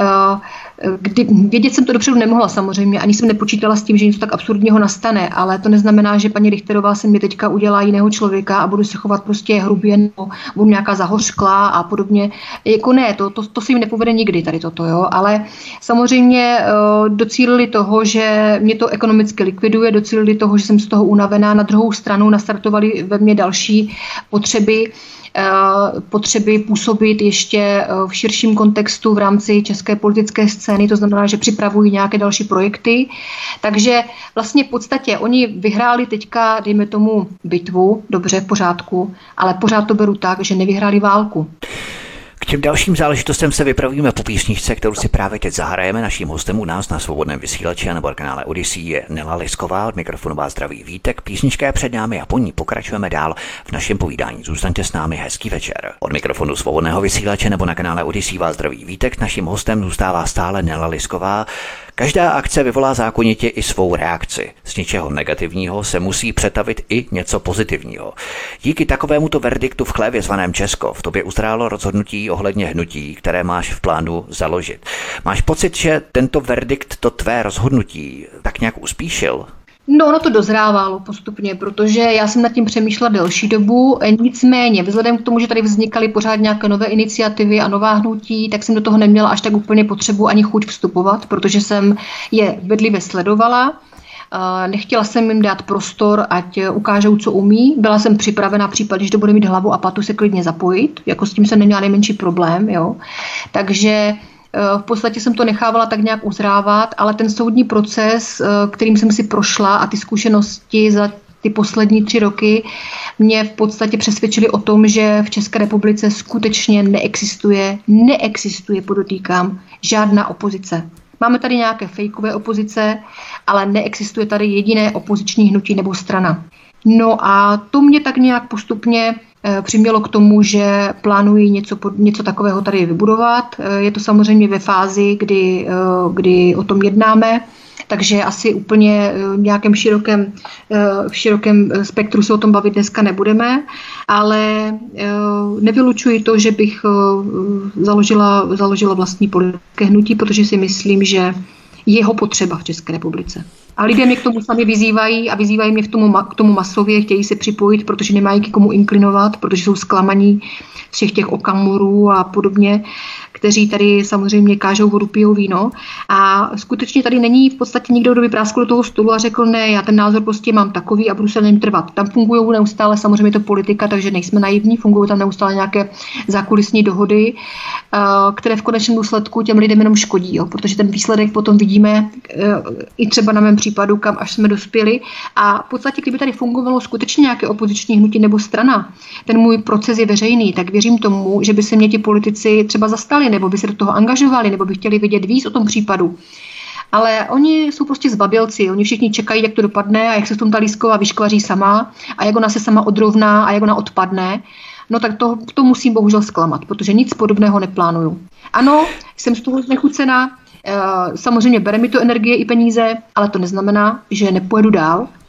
Vědět jsem to dopředu nemohla samozřejmě, ani jsem nepočítala s tím, že něco tak absurdního nastane, ale to neznamená, že paní Richterová se mi teďka udělá jiného člověka a budu se chovat prostě hrubě nebo budu nějaká zahořklá a podobně. Jako ne, to se jim nepovede nikdy tady toto, jo, ale samozřejmě docílili toho, že mě to ekonomicky likviduje, docílili toho, že jsem z toho unavená, na druhou stranu nastartovali ve mně další potřeby působit ještě v širším kontextu v rámci české politické scény, to znamená, že připravují nějaké další projekty. Takže vlastně v podstatě oni vyhráli teďka, dejme tomu, bitvu, dobře, v pořádku, ale pořád to beru tak, že nevyhráli válku. K těm dalším záležitostem se vypravíme po písničce, kterou si právě teď zahrajeme. Naším hostem u nás na Svobodném vysílači a nebo kanále Odyssey je Nela Lisková, od mikrofonu vás zdraví Vítek. Písnička je před námi a po ní pokračujeme dál v našem povídání. Zůstaňte s námi, hezký večer. Od mikrofonu Svobodného vysílače nebo na kanále Odyssey vás zdraví Vítek. Naším hostem zůstává stále Nela Lisková. Každá akce vyvolá zákonitě i svou reakci. Z něčeho negativního se musí přetavit i něco pozitivního. Díky takovémuto verdiktu v chlévě zvaném Česko v tobě uzrálo rozhodnutí ohledně hnutí, které máš v plánu založit. Máš pocit, že tento verdikt, to tvé rozhodnutí, tak nějak uspíšil? No, ono to dozrávalo postupně, protože já jsem nad tím přemýšlela delší dobu, nicméně vzhledem k tomu, že tady vznikaly pořád nějaké nové iniciativy a nová hnutí, tak jsem do toho neměla až tak úplně potřebu ani chuť vstupovat, protože jsem je bedlivě sledovala. Nechtěla jsem jim dát prostor, ať ukážou, co umí. Byla jsem připravena případ, když to bude mít hlavu a patu, se klidně zapojit. Jako s tím jsem neměla nejmenší problém. Jo. Takže v podstatě jsem to nechávala tak nějak uzrávat, ale ten soudní proces, kterým jsem si prošla a ty zkušenosti za ty poslední 3 roky mě v podstatě přesvědčily o tom, že v České republice skutečně neexistuje, podotýkám, žádná opozice. Máme tady nějaké fejkové opozice, ale neexistuje tady jediné opoziční hnutí nebo strana. No a to mě tak nějak postupně přimělo k tomu, že plánuji něco takového tady vybudovat. Je to samozřejmě ve fázi, kdy o tom jednáme, takže asi úplně v nějakém širokém spektru se o tom bavit dneska nebudeme, ale nevylučuji to, že bych založila vlastní politické hnutí, protože si myslím, že je jeho potřeba v České republice. A lidé mě k tomu sami vyzývají a vyzývají mě k tomu masově, chtějí se připojit, protože nemají k komu inklinovat, protože jsou zklamaní všech těch Okamurů a podobně, kteří tady samozřejmě kážou vodu, pijou víno. A skutečně tady není v podstatě nikdo, kdo by práskl do toho stolu a řekl, ne, já ten názor prostě mám takový a budu se na něm trvat. Tam fungují neustále samozřejmě to politika, takže nejsme naivní, fungují tam neustále nějaké zákulisní dohody, které v konečném důsledku těm lidem jenom škodí, jo, protože ten výsledek potom vidíme i třeba na mém případu, kam až jsme dospěli. A v podstatě, kdyby tady fungovalo skutečně nějaké opoziční hnutí nebo strana, ten můj proces je veřejný, tak věřím tomu, že by se mě ti politici třeba zastali, nebo by se do toho angažovali, nebo by chtěli vědět víc o tom případu. Ale oni jsou prostě zbabělci, oni všichni čekají, jak to dopadne a jak se v tom ta Lisková vyškvaří sama a jak ona se sama odrovná a jak ona odpadne. No tak to musím bohužel zklamat, protože nic podobného neplánuju. Ano, jsem z toho znechucená, samozřejmě bere mi to energie i peníze, ale to neznamená, že nepojedu dál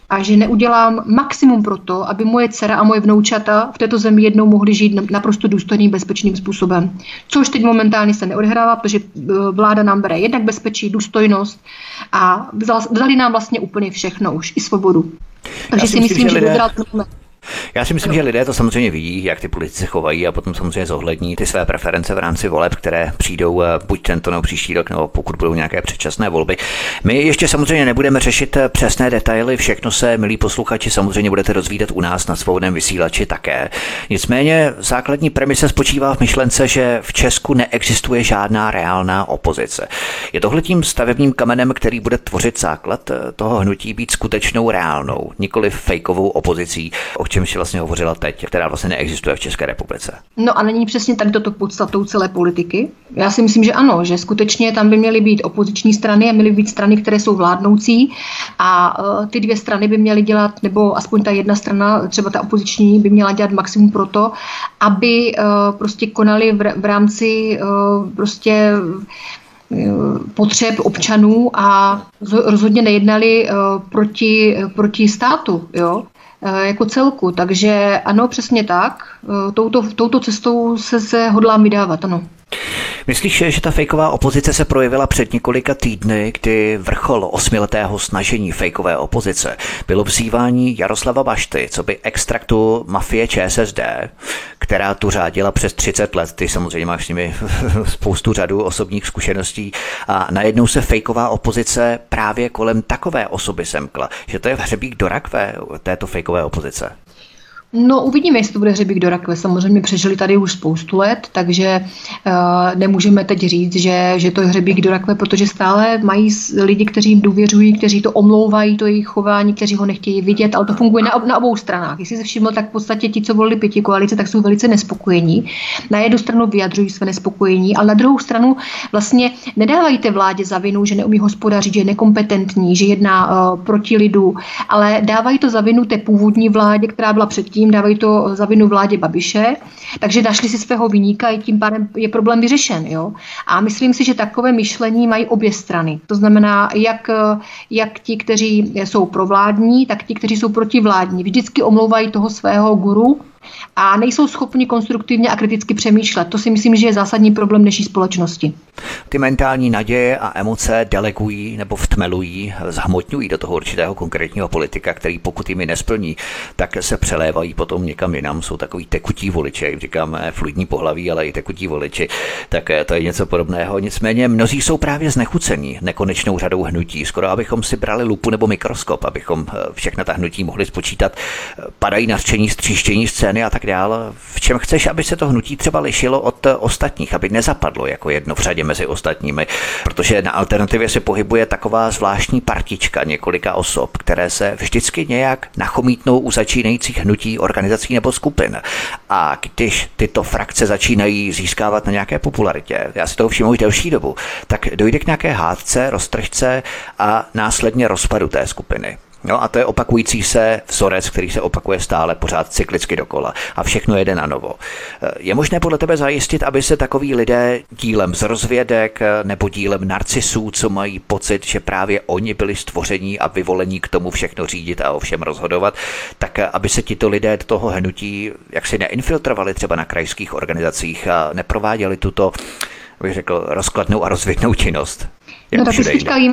a že neudělám maximum pro to, aby moje dcera a moje vnoučata v této zemi jednou mohly žít naprosto důstojným, bezpečným způsobem. Což teď momentálně se neodehrává, protože vláda nám bere jednak bezpečí, důstojnost a vzali nám vlastně úplně všechno už, i svobodu. Takže si myslím, že dozrál ten moment. Já si myslím, že lidé to samozřejmě vidí, jak ty politici chovají a potom samozřejmě zohlední ty své preference v rámci voleb, které přijdou buď tento nebo příští rok, nebo pokud budou nějaké předčasné volby. My ještě samozřejmě nebudeme řešit přesné detaily, všechno se, milí posluchači, samozřejmě budete dozvídat u nás na Svobodném vysílači také. Nicméně základní premise spočívá v myšlence, že v Česku neexistuje žádná reálná opozice. Je tohle tím stavebním kamenem, který bude tvořit základ toho hnutí, být skutečnou reálnou, nikoli fejkovou opozicí, o čem si vlastně hovořila teď, která vlastně neexistuje v České republice. No a není přesně tady toto podstatou celé politiky? Já si myslím, že ano, že skutečně tam by měly být opoziční strany a měly být strany, které jsou vládnoucí a ty dvě strany by měly dělat, nebo aspoň ta jedna strana, třeba ta opoziční, by měla dělat maximum pro to, aby prostě konali v rámci prostě potřeb občanů a rozhodně nejednali proti státu, jo? Jako celku. Takže ano, přesně tak. Touto cestou se hodlám vydávat, ano. Myslíš, že ta fejková opozice se projevila před několika týdny, kdy vrchol 8letého snažení fejkové opozice bylo vzývání Jaroslava Bašty, co by extraktu mafie ČSSD, která tu řádila přes 30 let, ty samozřejmě máš s nimi spoustu řadu osobních zkušeností a najednou se fejková opozice právě kolem takové osoby semkla, že to je hřebík do rakve této fejkové opozice. No uvidíme, jestli to bude hřebík do rakve. Samozřejmě přežili tady už spoustu let, takže nemůžeme teď říct, že to je hřebík do rakve, protože stále mají lidi, kteří jim důvěřují, kteří to omlouvají, to jejich chování, kteří ho nechtějí vidět, ale to funguje na obou stranách. Jestli se všiml, tak v podstatě ti, co volili pětikoalice, tak jsou velice nespokojení. Na jednu stranu vyjadřují své nespokojení, ale na druhou stranu vlastně nedávají té vládě za vinu, že neumí hospodařit, že je nekompetentní, že jedná proti lidu, ale dávají to za vinu té původní vládě, která byla předtím, dávají to za vinu vládě Babiše, takže našli si svého viníka a tím pádem je problém vyřešen. Jo? A myslím si, že takové myšlení mají obě strany. To znamená, jak ti, kteří jsou provládní, tak ti, kteří jsou protivládní. Vždycky omlouvají toho svého guru a nejsou schopni konstruktivně a kriticky přemýšlet. To si myslím, že je zásadní problém dnešní společnosti. Ty mentální naděje a emoce delegují nebo vtmelují, zhmotňují do toho určitého konkrétního politika, který pokud jimi nesplní, tak se přelévají potom někam jinam. Jsou takový tekutí voliči, jak říkáme, fluidní pohlaví, ale i tekutí voliči. Tak to je něco podobného. Nicméně mnozí jsou právě znechucení nekonečnou řadou hnutí. Skoro abychom si brali lupu nebo mikroskop, abychom všechna ta hnutí mohli spočítat. Padají nařčení, stříštění scény a tak dále. V čem chceš, aby se to hnutí třeba lišilo od ostatních, aby nezapadlo jako jedno v řadě mezi ostatními, protože na alternativě se pohybuje taková zvláštní partička několika osob, které se vždycky nějak nachomítnou u začínajících hnutí, organizací nebo skupin. A když tyto frakce začínají získávat na nějaké popularitě, já si toho všimnu už delší dobu, tak dojde k nějaké hádce, roztržce a následně rozpadu té skupiny. No a to je opakující se vzorec, který se opakuje stále pořád cyklicky dokola a všechno jede na novo. Je možné podle tebe zajistit, aby se takoví lidé dílem z rozvědek nebo dílem narcisů, co mají pocit, že právě oni byli stvoření a vyvolení k tomu všechno řídit a o všem rozhodovat, tak aby se tito lidé do toho hnutí jaksi neinfiltrovali třeba na krajských organizacích a neprováděli tuto, bych řekl, rozkladnou a rozvědnou činnost? No tak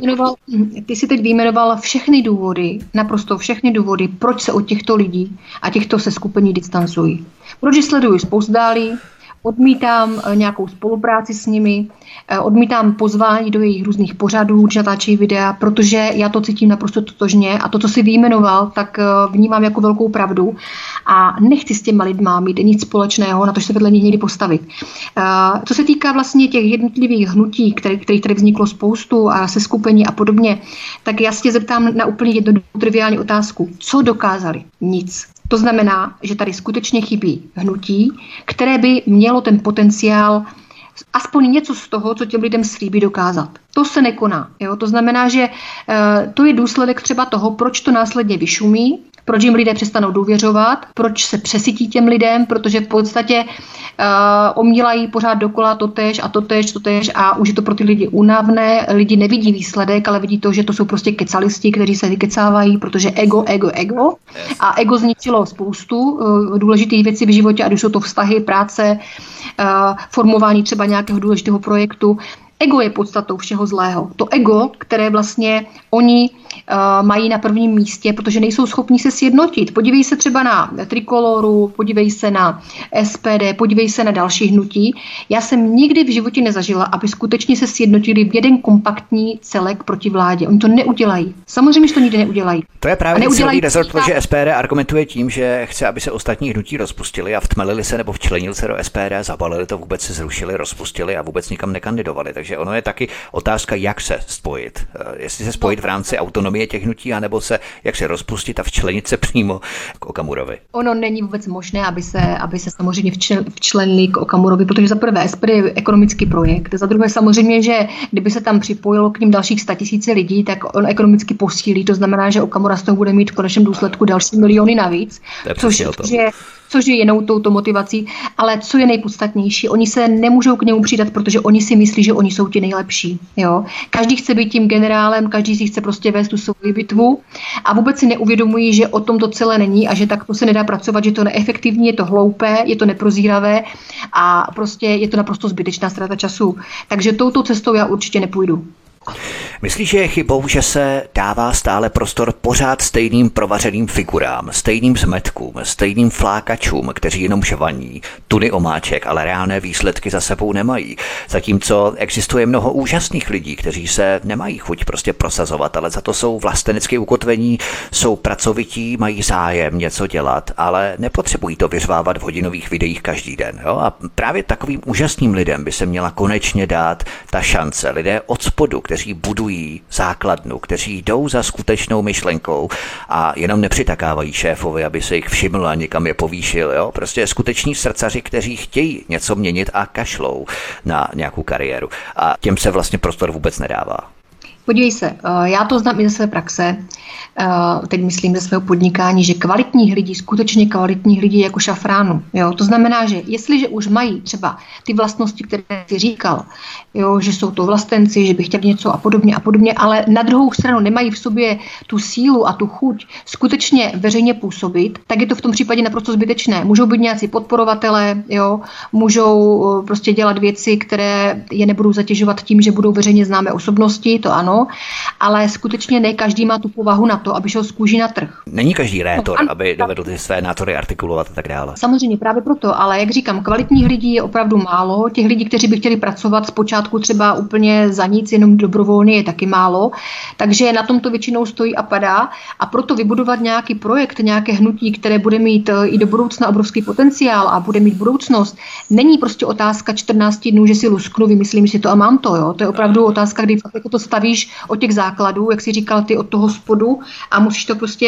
ty jsi teď vyjmenoval všechny důvody, naprosto všechny důvody, proč se od těchto lidí a těchto seskupení distancují. Proč sleduji zpovzdálí, odmítám nějakou spolupráci s nimi, odmítám pozvání do jejich různých pořadů, když natáčejí videa, protože já to cítím naprosto totožně a to, co jsi vyjmenoval, tak vnímám jako velkou pravdu a nechci s těma lidma mít nic společného, na to se vedle nich někdy postavit. Co se týká vlastně těch jednotlivých hnutí, kterých tady vzniklo spoustu a seskupení a podobně, tak já se tě zeptám na úplně jednu triviální otázku. Co dokázali? Nic. To znamená, že tady skutečně chybí hnutí, které by mělo ten potenciál aspoň něco z toho, co těm lidem slíbí, dokázat. To se nekoná. Jo? To znamená, že to je důsledek třeba toho, proč to následně vyšumí, proč jim lidé přestanou důvěřovat, proč se přesytí těm lidem, protože v podstatě omílají pořád dokola totéž a už je to pro ty lidi únavné. Lidi nevidí výsledek, ale vidí to, že to jsou prostě kecalisti, kteří se vykecávají, protože ego. A ego zničilo spoustu důležitých věcí v životě, ať už jsou to vztahy, práce, formování třeba nějakého důležitého projektu. Ego je podstatou všeho zlého. To ego, které vlastně oni mají na prvním místě, protože nejsou schopni se sjednotit. Podívej se třeba na Trikoloru, podívej se na SPD, podívej se na další hnutí. Já jsem nikdy v životě nezažila, aby skutečně se sjednotili v jeden kompaktní celek proti vládě. Oni to neudělají. Samozřejmě, že to nikdy neudělají. To je právě cílový rezort, protože SPD argumentuje tím, že chce, aby se ostatní hnutí rozpustili a vtmelili se nebo včlenili se do SPD, zabalili to, vůbec se zrušili, rozpustili a vůbec nikam nekandidovali. Takže ono je taky otázka, jak se spojit. Jestli se spojit v rámci autonomie těch hnutí, anebo jak se rozpustit a včlenit se přímo k Okamurovi. Ono není vůbec možné, aby se samozřejmě včlenili k Okamurovi, protože za prvé SPD je ekonomický projekt, za druhé samozřejmě, že kdyby se tam připojilo k ním dalších 100 000 lidí, tak on ekonomicky posílí, to znamená, že Okamura z toho bude mít v konečném důsledku další miliony navíc, což je jinou touto motivací, ale co je nejpodstatnější, oni se nemůžou k němu přidat, protože oni si myslí, že oni jsou ti nejlepší. Jo? Každý chce být tím generálem, každý si chce prostě vést tu svou bitvu a vůbec si neuvědomují, že o tom to celé není a že takto se nedá pracovat, že to neefektivní, je to hloupé, je to neprozíravé a prostě je to naprosto zbytečná ztráta času. Takže touto cestou já určitě nepůjdu. Myslíš, že je chybou, že se dává stále prostor pořád stejným provařeným figurám, stejným zmetkům, stejným flákačům, kteří jenom žvaní, tuny omáček, ale reálné výsledky za sebou nemají. Zatímco existuje mnoho úžasných lidí, kteří se nemají chuť prostě prosazovat, ale za to jsou vlastenecky ukotvení, jsou pracovití, mají zájem něco dělat, ale nepotřebují to vyřvávat v hodinových videích každý den. Jo? A právě takovým úžasným lidem by se měla konečně dát ta šance. Lidé od spodu, kteří budují základnu, kteří jdou za skutečnou myšlenkou a jenom nepřitakávají šéfovi, aby se jich všiml a někam je povýšil. Jo? Prostě skuteční srdcaři, kteří chtějí něco měnit a kašlou na nějakou kariéru. A těm se vlastně prostor vůbec nedává. Podívej se, já to znám i ze své praxe, teď myslím ze svého podnikání, že kvalitních lidí, skutečně kvalitních lidí jako šafránu. Jo? To znamená, že jestliže už mají třeba ty vlastnosti, které jsi říkal, jo? Že jsou to vlastenci, že by chtěli něco a podobně, ale na druhou stranu nemají v sobě tu sílu a tu chuť skutečně veřejně působit, tak je to v tom případě naprosto zbytečné. Můžou být nějací podporovatelé, jo? Můžou prostě dělat věci, které je nebudou zatěžovat tím, že budou veřejně známé osobnosti, to ano, ale skutečně ne každý má tu povahu na to, aby šel z kůží na trh. Není každý rétor, aby dovedl ty své názory artikulovat a tak dále. Samozřejmě právě proto, ale jak říkám, kvalitních lidí je opravdu málo. Těch lidí, kteří by chtěli pracovat zpočátku třeba úplně za nic, jenom dobrovolně, je taky málo. Takže na tom to většinou stojí a padá. A proto vybudovat nějaký projekt, nějaké hnutí, které bude mít i do budoucna obrovský potenciál a bude mít budoucnost, není prostě otázka 14 dnů, že si lusknu, vymyslím si to a mám to. Jo. To je opravdu otázka, kdy fakt jako to stavíš od těch základů, jak jsi říkal ty, od toho spodu a musíš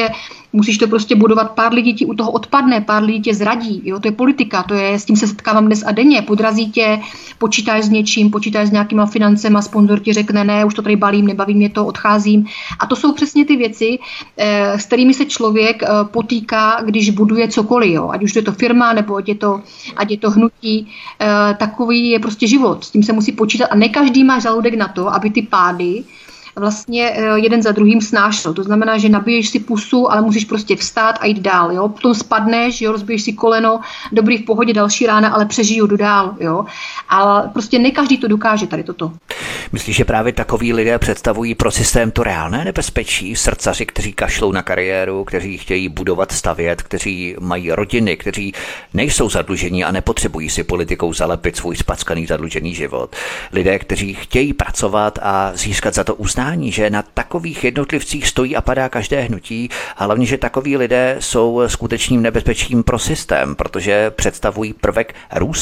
to prostě budovat. Pár lidí ti u toho odpadne, pár lidí tě zradí. Jo? To je politika, s tím se setkávám dnes a denně. Podrazí tě, počítáš s něčím, počítáš s nějakýma financema, sponzor ti řekne, ne, už to tady balím, nebaví mě to, odcházím. A to jsou přesně ty věci, s kterými se člověk potýká, když buduje cokoliv. Jo? Ať už je to firma, nebo ať je to hnutí, takový je prostě život. S tím se musí počítat a ne každý má žaludek na to, aby ty pády vlastně jeden za druhým snášel. To znamená, že nabiješ si pusu, ale musíš prostě vstát a jít dál. Jo? Potom spadneš, jo? Rozbiješ si koleno, dobrý, v pohodě, další rána, ale přežiju, jdu dál. Jo? Ale prostě ne každý to dokáže tady toto. Myslíš, že právě takoví lidé představují pro systém to reálné nebezpečí? Srdcaři, kteří kašlou na kariéru, kteří chtějí budovat, stavět, kteří mají rodiny, kteří nejsou zadlužení a nepotřebují si politikou zalepit svůj spackaný zadlužený život. Lidé, kteří chtějí pracovat a získat za to uznání, že na takových jednotlivcích stojí a padá každé hnutí, a hlavně, že takoví lidé jsou skutečným nebezpečím pro systém, protože představují prvek růstu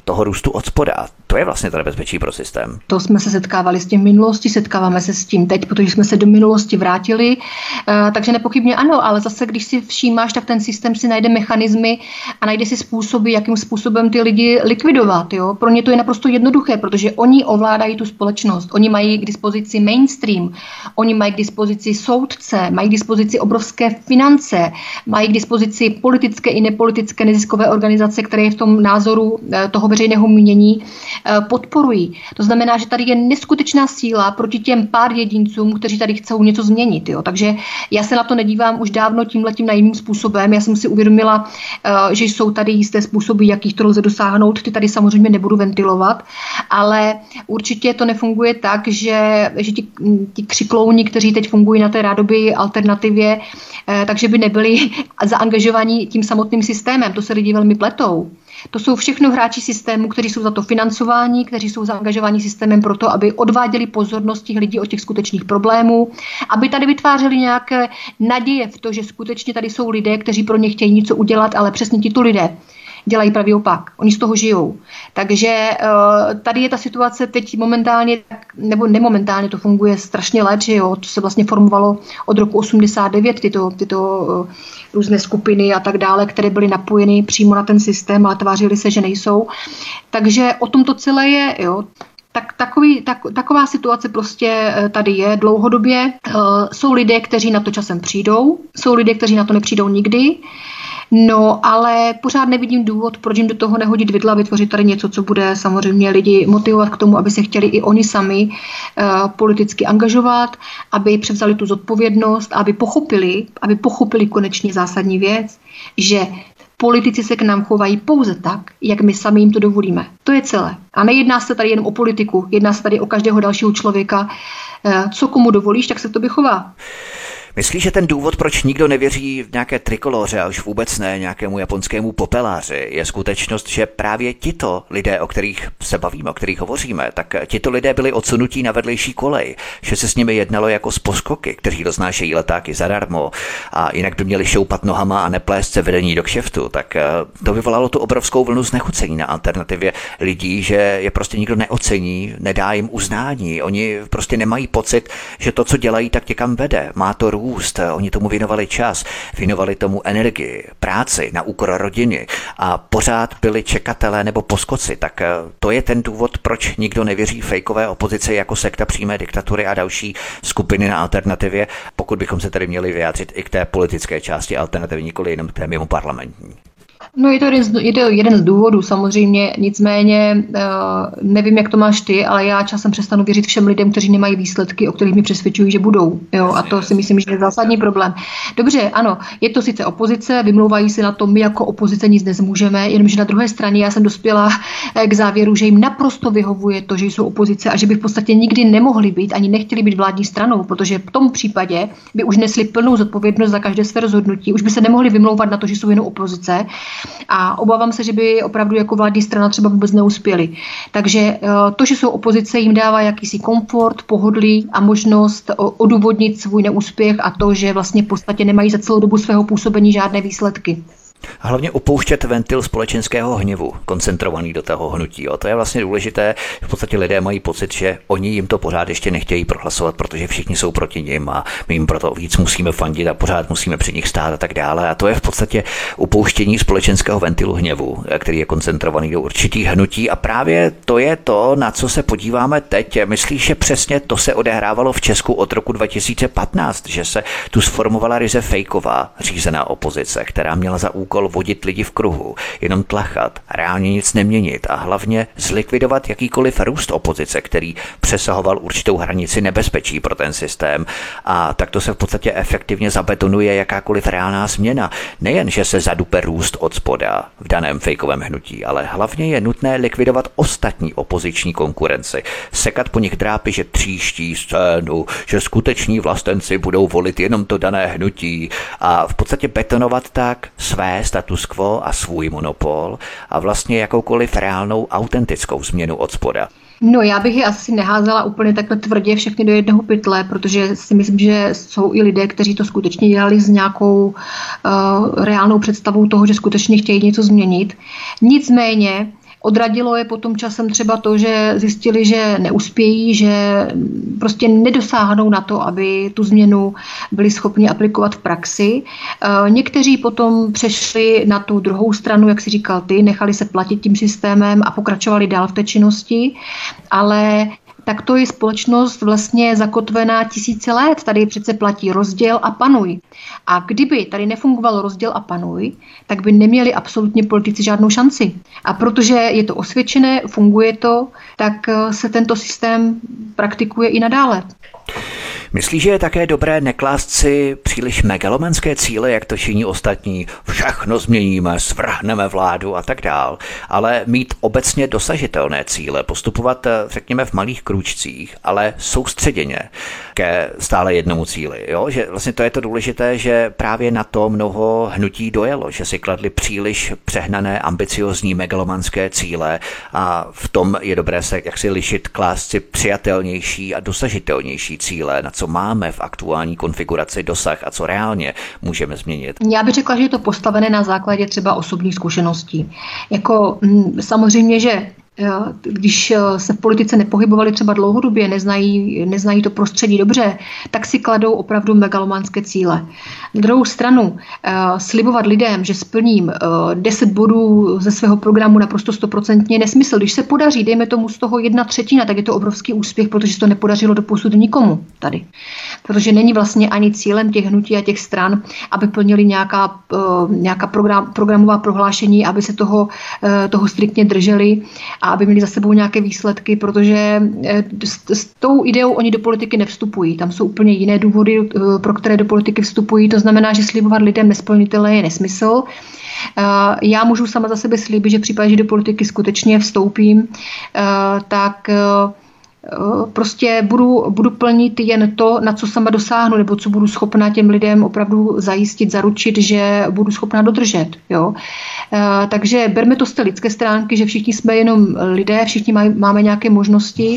toho růstu od spoda. To je vlastně to nebezpečí pro systém. To jsme se setkávali s tím v minulosti, setkáváme se s tím teď, protože jsme se do minulosti vrátili. Takže nepochybně ano, ale zase, když si všímáš, tak ten systém si najde mechanismy a najde si způsoby, jakým způsobem ty lidi likvidovat. Jo? Pro ně to je naprosto jednoduché, protože oni ovládají tu společnost. Oni mají k dispozici mainstream, oni mají k dispozici soudce, mají k dispozici obrovské finance, mají k dispozici politické i nepolitické neziskové organizace, které je v tom názoru toho veřejného mínění podporují. To znamená, že tady je neskutečná síla proti těm pár jedincům, kteří tady chcou něco změnit. Jo. Takže já se na to nedívám už dávno tímhletím jiným způsobem. Já jsem si uvědomila, že jsou tady jisté způsoby, jakých to lze dosáhnout. Ty tady samozřejmě nebudu ventilovat, ale určitě to nefunguje tak, že ti křiklouni, kteří teď fungují na té rádoby alternativě, takže by nebyli zaangažovaní tím samotným systémem. To se lidi velmi pletou. To jsou všechno hráči systému, kteří jsou za to financováni, kteří jsou zaangažováni systémem proto, aby odváděli pozornost těch lidí od těch skutečných problémů, aby tady vytvářeli nějaké naděje v to, že skutečně tady jsou lidé, kteří pro ně chtějí něco udělat, ale přesně tito lidé dělají pravý opak. Oni z toho žijou. Takže tady je ta situace teď momentálně, nebo nemomentálně, to funguje strašně let, že jo, to se vlastně formovalo od roku 89, tyto různé skupiny a tak dále, které byly napojeny přímo na ten systém, ale tvářili se, že nejsou. Takže o tom to celé je, jo. Taková situace prostě tady je dlouhodobě. Jsou lidé, kteří na to časem přijdou, jsou lidé, kteří na to nepřijdou nikdy. No, ale pořád nevidím důvod, proč jim do toho nehodit vidla, vytvořit tady něco, co bude samozřejmě lidi motivovat k tomu, aby se chtěli i oni sami politicky angažovat, aby převzali tu zodpovědnost, aby pochopili konečně zásadní věc, že politici se k nám chovají pouze tak, jak my sami jim to dovolíme. To je celé. A nejedná se tady jenom o politiku, jedná se tady o každého dalšího člověka. Co komu dovolíš, tak se k tobě chová. Myslíš, že ten důvod, proč nikdo nevěří v nějaké trikoloře a už vůbec ne nějakému japonskému popeláři, je skutečnost, že právě tito lidé, o kterých se bavíme, o kterých hovoříme, tak tito lidé byli odsunutí na vedlejší kolej, že se s nimi jednalo jako s poskoky, kteří doznášejí letáky zadarmo a jinak by měli šoupat nohama a neplést se vedení do kšeftu, tak to vyvolalo tu obrovskou vlnu znechucení na alternativě lidí, že je prostě nikdo neocení, nedá jim uznání, oni prostě nemají pocit, že to, co dělají, tak někam vede, má to růst. Oni tomu věnovali čas, věnovali tomu energii, práci na úkor rodiny a pořád byli čekatelé nebo poskoci. Tak to je ten důvod, proč nikdo nevěří fejkové opozici jako sekta přímé diktatury a další skupiny na alternativě, pokud bychom se tedy měli vyjádřit i k té politické části alternativy, nikoli jenom k té mimo parlamentní. No je to jeden z důvodů samozřejmě, nicméně nevím, jak to máš ty, ale já časem přestanu věřit všem lidem, kteří nemají výsledky, o kterých mi přesvědčují, že budou. Jo, a to si myslím, že je zásadní problém. Dobře, ano, je to sice opozice, vymlouvají se na to, my jako opozice nic nezmůžeme, jenomže na druhé straně já jsem dospěla k závěru, že jim naprosto vyhovuje to, že jsou opozice a že by v podstatě nikdy nemohli být, ani nechtěli být vládní stranou, protože v tom případě by už nesli plnou zodpovědnost za každé své rozhodnutí, už by se nemohli vymlouvat na to, že jsou jenom opozice. A obávám se, že by opravdu jako vládní strana třeba vůbec neuspěli. Takže to, že jsou opozice, jim dává jakýsi komfort, pohodlí a možnost odůvodnit svůj neúspěch a to, že vlastně v podstatě nemají za celou dobu svého působení žádné výsledky. A hlavně upouštět ventil společenského hněvu, koncentrovaný do toho hnutí. To je vlastně důležité. V podstatě lidé mají pocit, že oni jim to pořád ještě nechtějí prohlasovat, protože všichni jsou proti nim a my jim proto víc musíme fandit a pořád musíme při nich stát a tak dále. A to je v podstatě upouštění společenského ventilu hněvu, který je koncentrovaný do určitých hnutí. A právě to je to, na co se podíváme teď. Myslíš, že přesně to se odehrávalo v Česku od roku 2015, že se tu sformovala ryze fejková řízená opozice, která měla za úkol vodit lidi v kruhu, jenom tlachat, reálně nic neměnit a hlavně zlikvidovat jakýkoliv růst opozice, který přesahoval určitou hranici nebezpečí pro ten systém. A takto se v podstatě efektivně zabetonuje jakákoliv reálná změna. Nejen, že se zadupe růst od spoda v daném fejkovém hnutí, ale hlavně je nutné likvidovat ostatní opoziční konkurenci. Sekat po nich drápy, že tříští scénu, že skuteční vlastenci budou volit jenom to dané hnutí a v podstatě betonovat tak své status quo a svůj monopol a vlastně jakoukoliv reálnou autentickou změnu od spoda. No, já bych je asi neházela úplně takhle tvrdě všechny do jednoho pytle, protože si myslím, že jsou i lidé, kteří to skutečně dělali s nějakou reálnou představou toho, že skutečně chtějí něco změnit. Nicméně Odradilo je potom časem třeba to, že zjistili, že neuspějí, že prostě nedosáhnou na to, aby tu změnu byli schopni aplikovat v praxi. Někteří potom přešli na tu druhou stranu, jak si říkal ty, nechali se platit tím systémem a pokračovali dál v té činnosti, ale tak to je společnost vlastně zakotvená tisíce let. Tady přece platí rozděl a panuj. A kdyby tady nefungoval rozděl a panuj, tak by neměli absolutně politici žádnou šanci. A protože je to osvědčené, funguje to, tak se tento systém praktikuje i nadále. Myslíš, že je také dobré neklást si příliš megalomanské cíle, jak to činí ostatní, všechno změníme, svrhneme vládu a tak dál, ale mít obecně dosažitelné cíle, postupovat, řekněme, v malých krůčcích, ale soustředěně ke stále jednomu cíli. Jo? Že vlastně to je to důležité, že právě na to mnoho hnutí dojelo, že si kladli příliš přehnané, ambiciozní megalomanské cíle a v tom je dobré se jaksi lišit, klást si přijatelnější a dosažitelnější cíle, na co máme v aktuální konfiguraci dosah a co reálně můžeme změnit. Já bych řekla, že je to postavené na základě třeba osobních zkušeností. Jako samozřejmě, že když se v politice nepohybovali třeba dlouhodobě, neznají to prostředí dobře, tak si kladou opravdu megalomanské cíle. Na druhou stranu slibovat lidem, že splním 10 bodů ze svého programu naprosto 100% je nesmysl. Když se podaří, dejme tomu z toho 1/3, tak je to obrovský úspěch, protože se to nepodařilo doposud nikomu tady. Protože není vlastně ani cílem těch hnutí a těch stran, aby plnili nějaká programová prohlášení, aby se toho striktně drželi a aby měli za sebou nějaké výsledky, protože s tou ideou oni do politiky nevstupují. Tam jsou úplně jiné důvody, pro které do politiky vstupují. To znamená, že slibovat lidem nesplnitelné je nesmysl. Já můžu sama za sebe slíbit, že v případě, že do politiky skutečně vstoupím, tak prostě budu plnit jen to, na co sama dosáhnu, nebo co budu schopná těm lidem opravdu zajistit, zaručit, že budu schopná dodržet. Jo? Takže berme to z té lidské stránky, že všichni jsme jenom lidé, všichni máme nějaké možnosti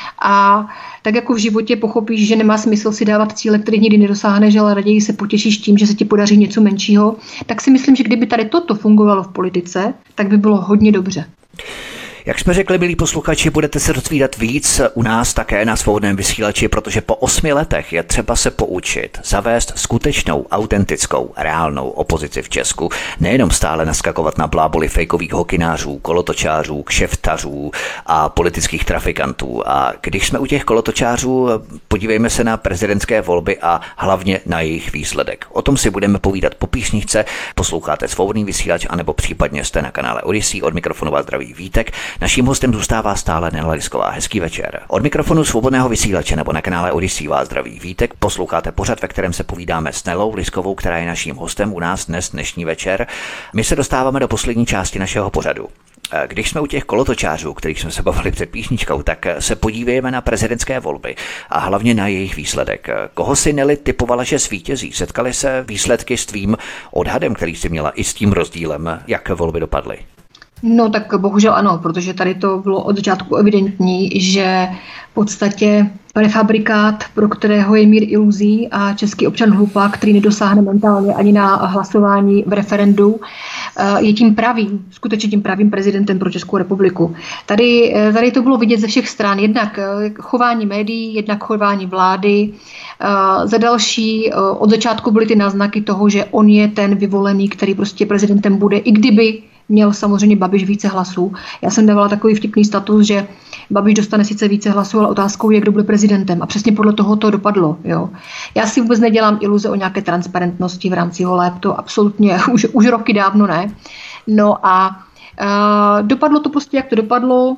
a tak jako v životě pochopíš, že nemá smysl si dávat cíle, které nikdy nedosáhneš, ale raději se potěšíš tím, že se ti podaří něco menšího, tak si myslím, že kdyby tady toto fungovalo v politice, tak by bylo hodně dobře. Jak jsme řekli, milí posluchači, budete se dozvídat víc u nás také na Svobodném vysílači, protože po 8 letech je třeba se poučit, zavést skutečnou, autentickou, reálnou opozici v Česku. Nejenom stále naskakovat na bláboli fejkových hokinářů, kolotočářů, kšeftařů a politických trafikantů. A když jsme u těch kolotočářů, podívejme se na prezidentské volby a hlavně na jejich výsledek. O tom si budeme povídat po písničce. Posloucháte Svobodný vysílač, anebo případně jste na kanále Odyssey. Od mikrofonu vás zdraví Vítek. Naším hostem zůstává stále Nela Lisková. Hezký večer. Od mikrofonu Svobodného vysílače nebo na kanále Odyssey vás zdraví Vítek. Posloucháte pořad, ve kterém se povídáme s Nelou Liskovou, která je naším hostem u nás dnešní večer. My se dostáváme do poslední části našeho pořadu. Když jsme u těch kolotočářů, kterých jsme se bavili před písničkou, tak se podívejme na prezidentské volby a hlavně na jejich výsledek. Koho si Neli typovala, že zvítězí? Setkaly se výsledky s tvým odhadem, který si měla, i s tím rozdílem, jak volby dopadly? No tak bohužel ano, protože tady to bylo od začátku evidentní, že v podstatě prefabrikát, pro kterého je mír iluzí a český občan hlupák, který nedosáhne mentálně ani na hlasování v referendu, je tím pravým, skutečně tím pravým prezidentem pro Českou republiku. Tady to bylo vidět ze všech stran, jednak chování médií, jednak chování vlády. Za další, od začátku byly ty náznaky toho, že on je ten vyvolený, který prostě prezidentem bude, i kdyby měl samozřejmě Babiš více hlasů. Já jsem dávala takový vtipný status, že Babiš dostane sice více hlasů, ale otázkou je, kdo bude prezidentem. A přesně podle toho to dopadlo. Jo. Já si vůbec nedělám iluze o nějaké transparentnosti v rámci voleb, to absolutně už roky dávno ne. No a dopadlo to prostě, jak to dopadlo.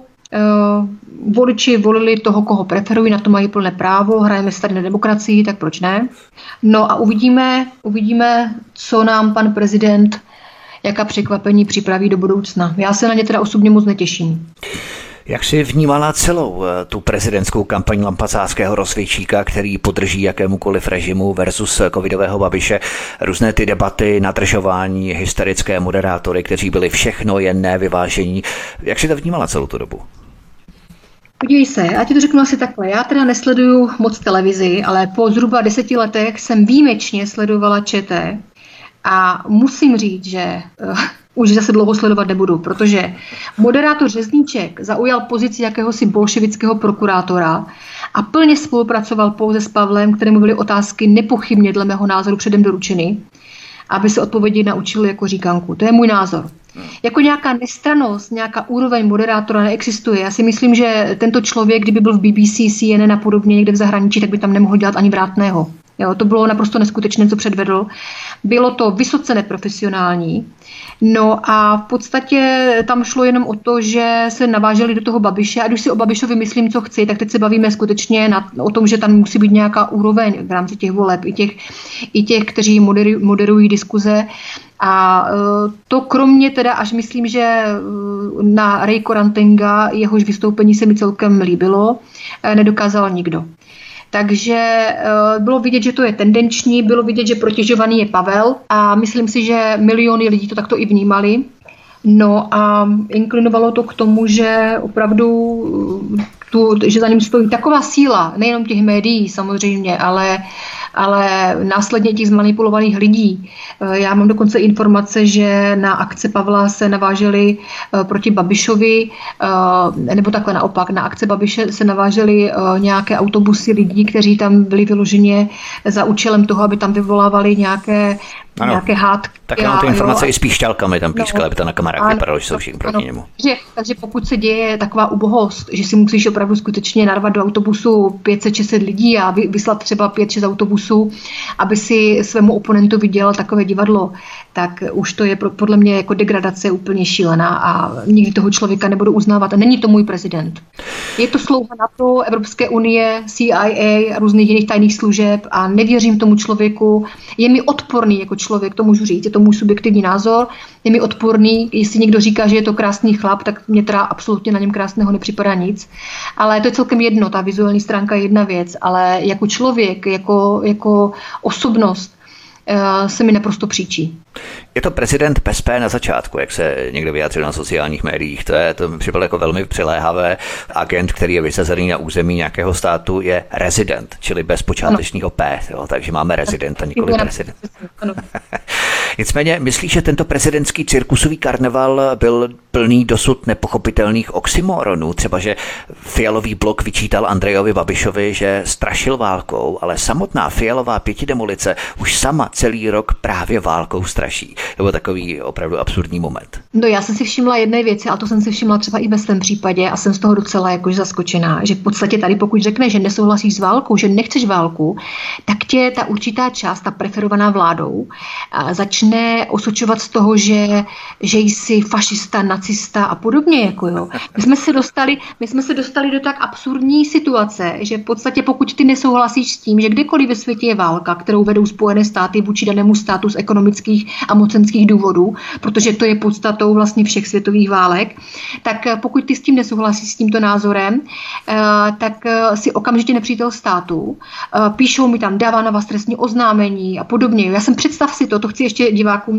Voliči volili toho, koho preferují, na to mají plné právo, hrajeme se tady na demokracii, tak proč ne? No a uvidíme, co nám pan prezident, jaká překvapení připraví do budoucna. Já se na ně teda osobně moc netěším. Jak jsi vnímala celou tu prezidentskou kampaň lampacářského rozvědčíka, který podrží jakémukoliv režimu versus covidového Babiše, různé ty debaty, nadržování, hysterické moderátory, kteří byli všechno jen nevyvážení. Jak jsi to vnímala celou tu dobu? Podívej se, já ti to řeknu asi takhle. Já teda nesleduju moc televizi, ale po zhruba 10 letech jsem výjimečně sledovala ČT a musím říct, že už zase dlouho sledovat nebudu, protože moderátor Řezníček zaujal pozici jakéhosi bolševického prokurátora a plně spolupracoval pouze s Pavlem, kterému byly otázky nepochybně dle mého názoru předem doručeny, aby se odpovědi naučil jako říkanku. To je můj názor. Jako nějaká nestrannost, nějaká úroveň moderátora neexistuje. Já si myslím, že tento člověk, kdyby byl v BBC, CNN a podobně někde v zahraničí, tak by tam nemohl dělat ani vrátného. Jo, to bylo naprosto neskutečné, co předvedl. Bylo to vysoce neprofesionální. No a v podstatě tam šlo jenom o to, že se naváželi do toho Babiše. A když si o Babišovi myslím, co chci, tak teď se bavíme skutečně o tom, že tam musí být nějaká úroveň v rámci těch voleb i těch, kteří moderují diskuze. A to kromě teda, až myslím, že na Ray Korantinga, jehož vystoupení se mi celkem líbilo, nedokázal nikdo. Takže bylo vidět, že to je tendenční, bylo vidět, že protěžovaný je Pavel a myslím si, že miliony lidí to takto i vnímali. No a inklinovalo to k tomu, že opravdu že za ním stojí taková síla, nejenom těch médií samozřejmě, ale následně těch zmanipulovaných lidí. Já mám dokonce informace, že na akce Pavla se naváželi proti Babišovi, nebo takhle naopak, na akce Babiše se naváželi nějaké autobusy lidí, kteří tam byli vyloženě za účelem toho, aby tam vyvolávali nějaké hádky. Tak mám ty informace i s píšťalkami tam pískali, aby to na kamerách vypadalo, že jsou všichni proti němu. Takže pokud se děje taková ubohost, že si musíš opravdu skutečně narvat do autobusu 500-600 lidí a vyslat třeba 5-6 autobusů, aby si svému oponentovi dělal takové divadlo, tak už to je podle mě jako degradace úplně šílená a nikdy toho člověka nebudu uznávat. A není to můj prezident. Je to slouha NATO, Evropské unie, CIA a různých jiných tajných služeb a nevěřím tomu člověku. Je mi odporný jako člověk, to můžu říct, je to můj subjektivní názor. Je mi odporný, jestli někdo říká, že je to krásný chlap, tak mě teda absolutně na něm krásného nepřipadá nic. Ale to je celkem jedno, ta vizuální stránka je jedna věc, ale jako člověk, jako osobnost se mi naprosto příčí. Je to prezident PSP na začátku, jak se někdo vyjádřil na sociálních médiích. To mi připadlo jako velmi přiléhavé. Agent, který je vysazený na území nějakého státu, je rezident, čili bez počátečního P. Jo, takže máme rezidenta, nikoli prezident. Nicméně, myslíš, že tento prezidentský cirkusový karneval byl plný dosud nepochopitelných oxymoronů? Třeba, že Fialový blok vyčítal Andrejovi Babišovi, že strašil válkou, ale samotná Fialová pětidemolice už sama celý rok právě válkou straší. To byl takový opravdu absurdní moment. No já jsem si všimla jedné věci, a to jsem si všimla třeba i ve svém případě a jsem z toho docela jakož zaskočená, že v podstatě tady pokud řekneš, že nesouhlasíš s válkou, že nechceš válku, tak tě ta určitá část, ta preferovaná vládou, začne osočovat z toho, že jsi fašista, nacista a podobně. Jako jo. My jsme se dostali do tak absurdní situace, že v podstatě pokud ty nesouhlasíš s tím, že kdekoliv ve světě je válka, kterou vedou Spojené státy vůči danému státu z ekonomických a mocenských důvodů, protože to je podstatou vlastně všech světových válek, tak pokud ty s tím nesouhlasíš s tímto názorem, tak si okamžitě nepřítel státu. Píšou mi tam, dává na vás trestní oznámení a podobně. Já jsem představ si to chci ještě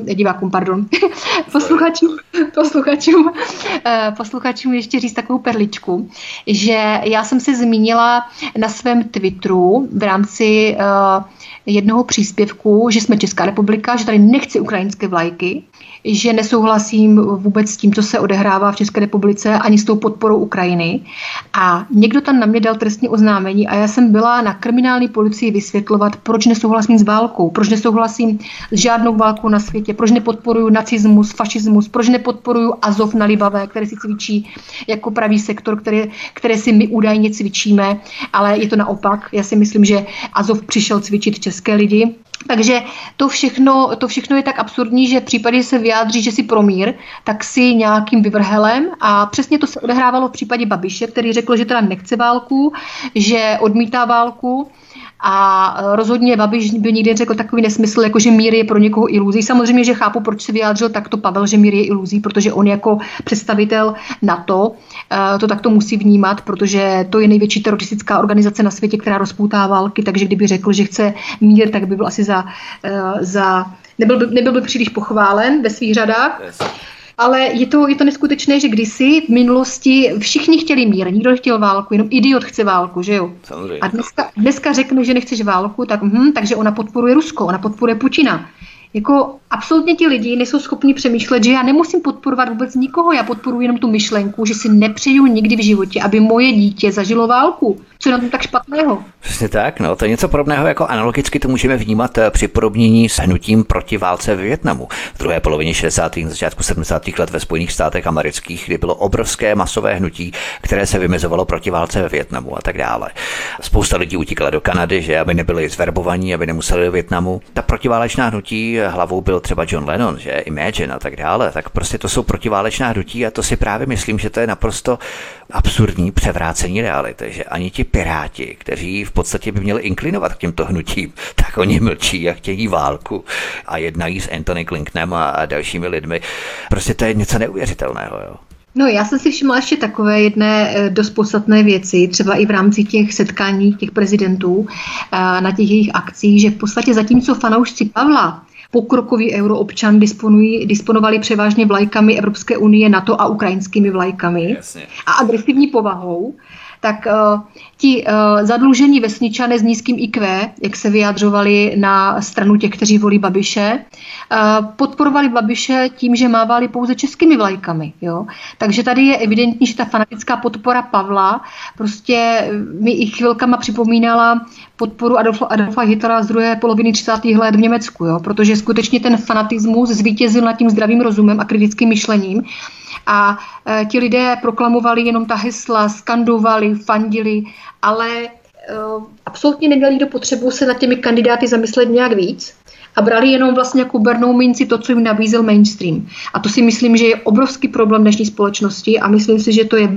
posluchačům ještě říct takovou perličku, že já jsem se zmínila na svém Twitteru v rámci jednoho příspěvku, že jsme Česká republika, že tady nechci ukrajinské vlajky, že nesouhlasím vůbec s tím, co se odehrává v České republice, ani s tou podporou Ukrajiny. A někdo tam na mě dal trestní oznámení a já jsem byla na kriminální policii vysvětlovat, proč nesouhlasím s válkou, proč nesouhlasím s žádnou válkou na světě, proč nepodporuju nacismus, fašismus, proč nepodporuju Azov na Libavé, které si cvičí jako pravý sektor, které si my údajně cvičíme, ale je to naopak. Já si myslím, že Azov přišel cvičit české lidi. Takže to všechno je tak absurdní, že v případě se vyjádří, že si pro mír, tak si nějakým vyvrhelem a přesně to se odehrávalo v případě Babiše, který řekl, že teda nechce válku, že odmítá válku. A rozhodně Babiš by nikdy řekl takový nesmysl, jako že mír je pro někoho iluzí. Samozřejmě, že chápu, proč se vyjádřil takto Pavel, že mír je iluzí, protože on jako představitel NATO to takto musí vnímat, protože to je největší teroristická organizace na světě, která rozpoutá války, takže kdyby řekl, že chce mír, tak by byl asi nebyl by příliš pochválen ve svých řadách. Ale je to neskutečné, že kdysi v minulosti všichni chtěli mír, nikdo nechtěl válku, jenom idiot chce válku, že jo? Samozřejmě. A dneska řekne, že nechceš válku, takže ona podporuje Rusko, ona podporuje Putina. Jako absolutně ti lidi nejsou schopni přemýšlet, že já nemusím podporovat vůbec nikoho, já podporuji jenom tu myšlenku, že si nepřeju nikdy v životě, aby moje dítě zažilo válku. Co je na tom tak špatného? Přesně tak, no, to je něco podobného, jako analogicky to můžeme vnímat při podobnění s hnutím proti válce ve Vietnamu. V druhé polovině 60. a začátku 70. let ve Spojených státech amerických, kdy bylo obrovské masové hnutí, které se vymezovalo proti válce ve Vietnamu a tak dále. Spousta lidí utíkala do Kanady, že aby nebyli zverbovaní, aby nemuseli do Vietnamu. Ta protiválečná hnutí, hlavou byl třeba John Lennon, že Imagine a tak dále, tak prostě to jsou protiválečná hnutí a to si právě myslím, že to je naprosto absurdní převrácení reality, že ani ti piráti, kteří v podstatě by měli inklinovat k těmto hnutím, tak oni mlčí a chtějí válku a jednají s Anthony Clintonem a dalšími lidmi. Prostě to je něco neuvěřitelného, jo. No, já jsem si všimla ještě takové jedné dost podstatné věci, třeba i v rámci těch setkání těch prezidentů na těch jejich akcích, že v podstatě zatímco fanoušci Pavla, pokrokoví euroobčan, disponovali převážně vlajkami Evropské unie, NATO a ukrajinskými vlajkami. Jasně. A agresivní povahou, tak ti zadlužení vesničané s nízkým IQ, jak se vyjadřovali na stranu těch, kteří volí Babiše, podporovali Babiše tím, že mávali pouze českými vlajkami. Jo? Takže tady je evidentní, že ta fanatická podpora Pavla prostě mi i chvilkama připomínala podporu Adolfa Hitlera z druhé poloviny 30. let v Německu, jo? Protože skutečně ten fanatismus zvítězil nad tím zdravým rozumem a kritickým myšlením. A ti lidé proklamovali jenom ta hesla, skandovali, fandili, ale absolutně neměli do potřebu se nad těmi kandidáty zamyslet nějak víc a brali jenom vlastně jako bernou minci to, co jim nabízel mainstream. A to si myslím, že je obrovský problém dnešní společnosti a myslím si, že to je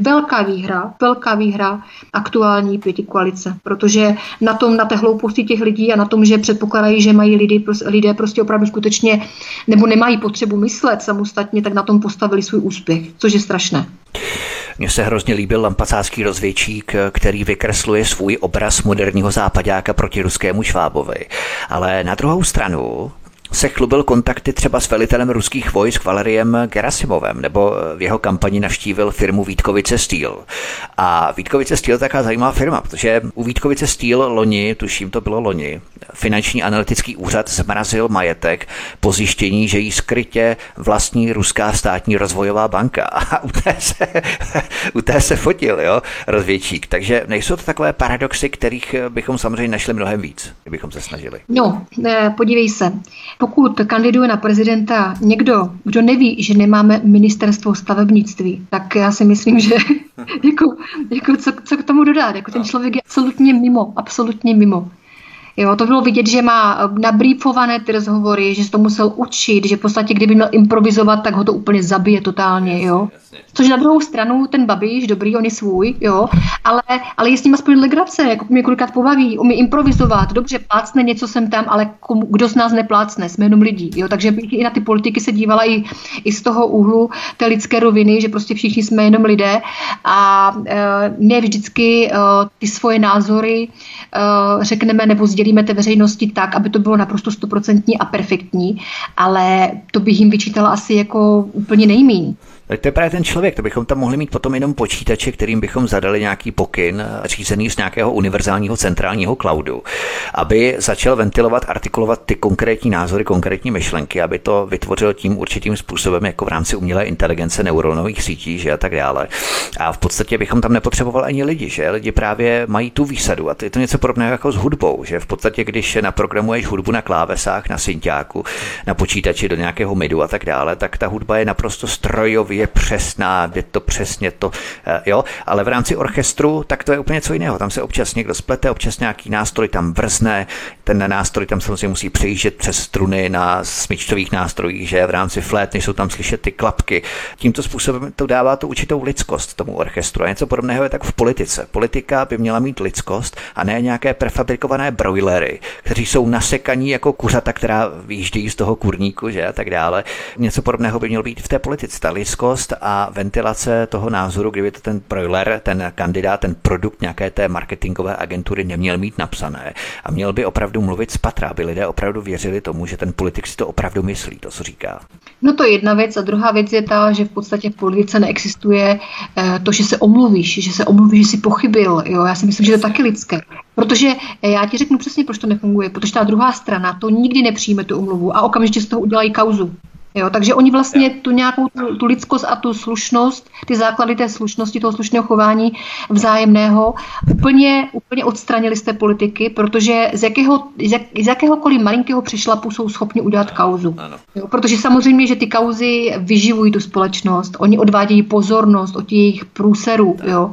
velká výhra aktuální pětikoalice, protože na té hlouposti těch lidí a na tom, že předpokládají, že mají lidé prostě opravdu skutečně nebo nemají potřebu myslet samostatně, tak na tom postavili svůj úspěch, což je strašné. Mně se hrozně líbil lampacácký rozvědčík, který vykresluje svůj obraz moderního zápaďáka proti ruskému Švábovi. Ale na druhou stranu se chlubil kontakty třeba s velitelem ruských vojsk Valeriem Gerasimovem, nebo v jeho kampani navštívil firmu Vítkovice Steel. A Vítkovice Steel je taková zajímavá firma, protože u Vítkovice Steel loni, tuším to bylo loni, finanční analytický úřad zmrazil majetek po zjištění, že jí skrytě vlastní ruská státní rozvojová banka. A u té se fotil, jo, rozvědčík. Takže nejsou to takové paradoxy, kterých bychom samozřejmě našli mnohem víc, kdybychom se snažili. No, podívej se. Pokud kandiduje na prezidenta někdo, kdo neví, že nemáme ministerstvo stavebnictví, tak já si myslím, že co k tomu dodat. Jako ten člověk je absolutně mimo. Jo, to bylo vidět, že má nabrýfované ty rozhovory, že se to musel učit, že v podstatě, kdyby měl improvizovat, tak ho to úplně zabije totálně, jo. Což na druhou stranu ten Babiš, dobrý, on je svůj, jo, ale je s ním aspoň legrace, jako mě kolikrát pobaví, umí improvizovat, dobře, plácne něco sem tam, ale kdo z nás neplácne, jsme jenom lidi, jo, takže bych i na ty politiky se dívala i z toho úhlu té lidské roviny, že prostě všichni jsme jenom lidé a ne vždycky ty svoje názory řekneme nebo sdělíme té veřejnosti tak, aby to bylo naprosto 100% a perfektní, ale to bych jim vyčítala asi jako úplně nejmíň. To je právě ten člověk, to bychom tam mohli mít potom jenom počítače, kterým bychom zadali nějaký pokyn řízený z nějakého univerzálního centrálního cloudu, aby začal ventilovat, artikulovat ty konkrétní názory, konkrétní myšlenky, aby to vytvořil tím určitým způsobem, jako v rámci umělé inteligence, neuronových sítí, že a tak dále. A v podstatě bychom tam nepotřebovali ani lidi, že lidi právě mají tu výsadu a je to něco podobného jako s hudbou, že v podstatě, když naprogramuješ hudbu na klávesách, na synťáku, na počítači do nějakého midu a tak dále, tak ta hudba je naprosto strojově je přesná, je to přesně to, jo, ale v rámci orchestru tak to je úplně něco jiného. Tam se občas někdo splete, občas nějaký nástroj tam vrzne, ten nástroj tam samozřejmě musí přejíždět přes struny na smyčcových nástrojích, že v rámci flét, než jsou tam slyšet ty klapky. Tímto způsobem to dává tu určitou lidskost tomu orchestru. A něco podobného je tak v politice. Politika by měla mít lidskost a ne nějaké prefabrikované broilery, kteří jsou nasekaní jako kuřata, která vyjíždějí z toho kurníku, že a tak dále. Něco podobného by mělo být v té politice. Ta lidskost lidskost a ventilace toho názoru, kdyby to ten broiler, ten kandidát, ten produkt nějaké té marketingové agentury neměl mít napsané a měl by opravdu mluvit z patra, aby lidé opravdu věřili tomu, že ten politik si to opravdu myslí, to, co říká. No to je jedna věc a druhá věc je ta, že v podstatě v politice neexistuje to, že se omluvíš, že jsi pochybil. Jo? Já si myslím, že to je taky lidské. Protože já ti řeknu přesně, proč to nefunguje, protože ta druhá strana to nikdy nepřijme tu omluvu a okamžitě z toho udělají kauzu. Jo, takže oni vlastně tu nějakou tu lidskost a tu slušnost, ty základy té slušnosti, toho slušného chování vzájemného úplně odstranili z té politiky, protože z jakéhokoliv malinkého přešlapu jsou schopni udělat kauzu. Jo, protože samozřejmě, že ty kauzy vyživují tu společnost, oni odvádějí pozornost od jejich průserů, jo.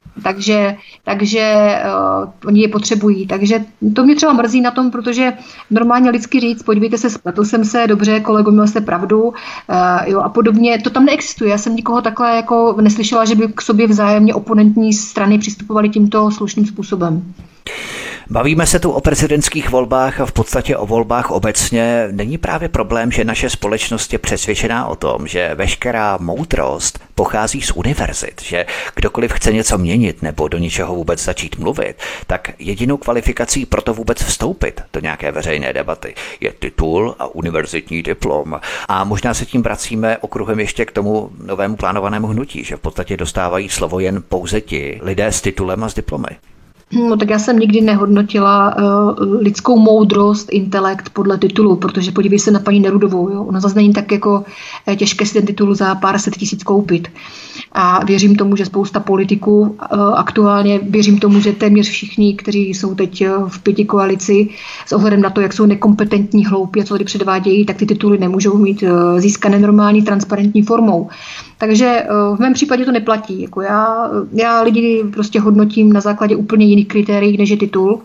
Takže oni je potřebují. Takže to mě třeba mrzí na tom, protože normálně lidsky říct, podívejte se, spletl jsem se, dobře, kolego, měl jste pravdu, jo, a podobně, to tam neexistuje. Já jsem nikoho takhle jako neslyšela, že by k sobě vzájemně oponentní strany přistupovaly tímto slušným způsobem. Bavíme se tu o prezidentských volbách a v podstatě o volbách obecně. Není právě problém, že naše společnost je přesvědčená o tom, že veškerá moudrost pochází z univerzit, že kdokoliv chce něco měnit nebo do něčeho vůbec začít mluvit, tak jedinou kvalifikací pro to vůbec vstoupit do nějaké veřejné debaty je titul a univerzitní diplom. A možná se tím vracíme okruhem ještě k tomu novému plánovanému hnutí, že v podstatě dostávají slovo jen pouze ti lidé s titulem a s diplomy. No tak já jsem nikdy nehodnotila lidskou moudrost, intelekt podle titulu, protože podívej se na paní Nerudovou, jo? Ona zase není tak jako těžké si ten titul za pár set tisíc koupit. A věřím tomu, že spousta politiků aktuálně, věřím tomu, že téměř všichni, kteří jsou teď v pětikoalici, s ohledem na to, jak jsou nekompetentní, hloupí a co tady předvádějí, tak ty tituly nemůžou mít získané normální, transparentní formou. Takže v mém případě to neplatí. Jako já lidi prostě hodnotím na základě úplně jiných kritérií, než je titul.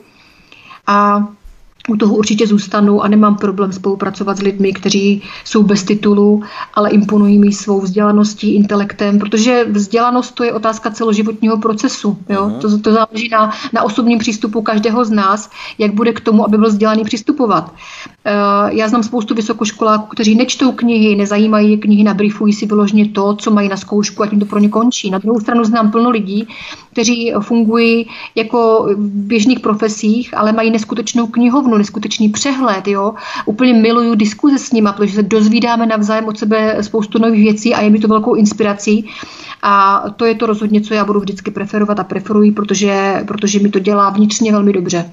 A u toho určitě zůstanu a nemám problém spolupracovat s lidmi, kteří jsou bez titulu, ale imponují mi svou vzdělaností, intelektem, protože vzdělanost to je otázka celoživotního procesu. Jo? To záleží na osobním přístupu každého z nás, jak bude k tomu, aby byl vzdělaný přistupovat. Já znám spoustu vysokoškoláků, kteří nečtou knihy, nezajímají je knihy, nabriefují si vyloženě to, co mají na zkoušku a tím to pro ně končí. Na druhou stranu znám plno lidí, kteří fungují jako v běžných profesích, ale mají neskutečnou knihovnu, neskutečný přehled, jo. Úplně miluju diskuze s nima, protože se dozvídáme navzájem od sebe spoustu nových věcí a je mi to velkou inspirací. A to je to rozhodně, co já budu vždycky preferovat a preferuji, protože mi to dělá vnitřně velmi dobře.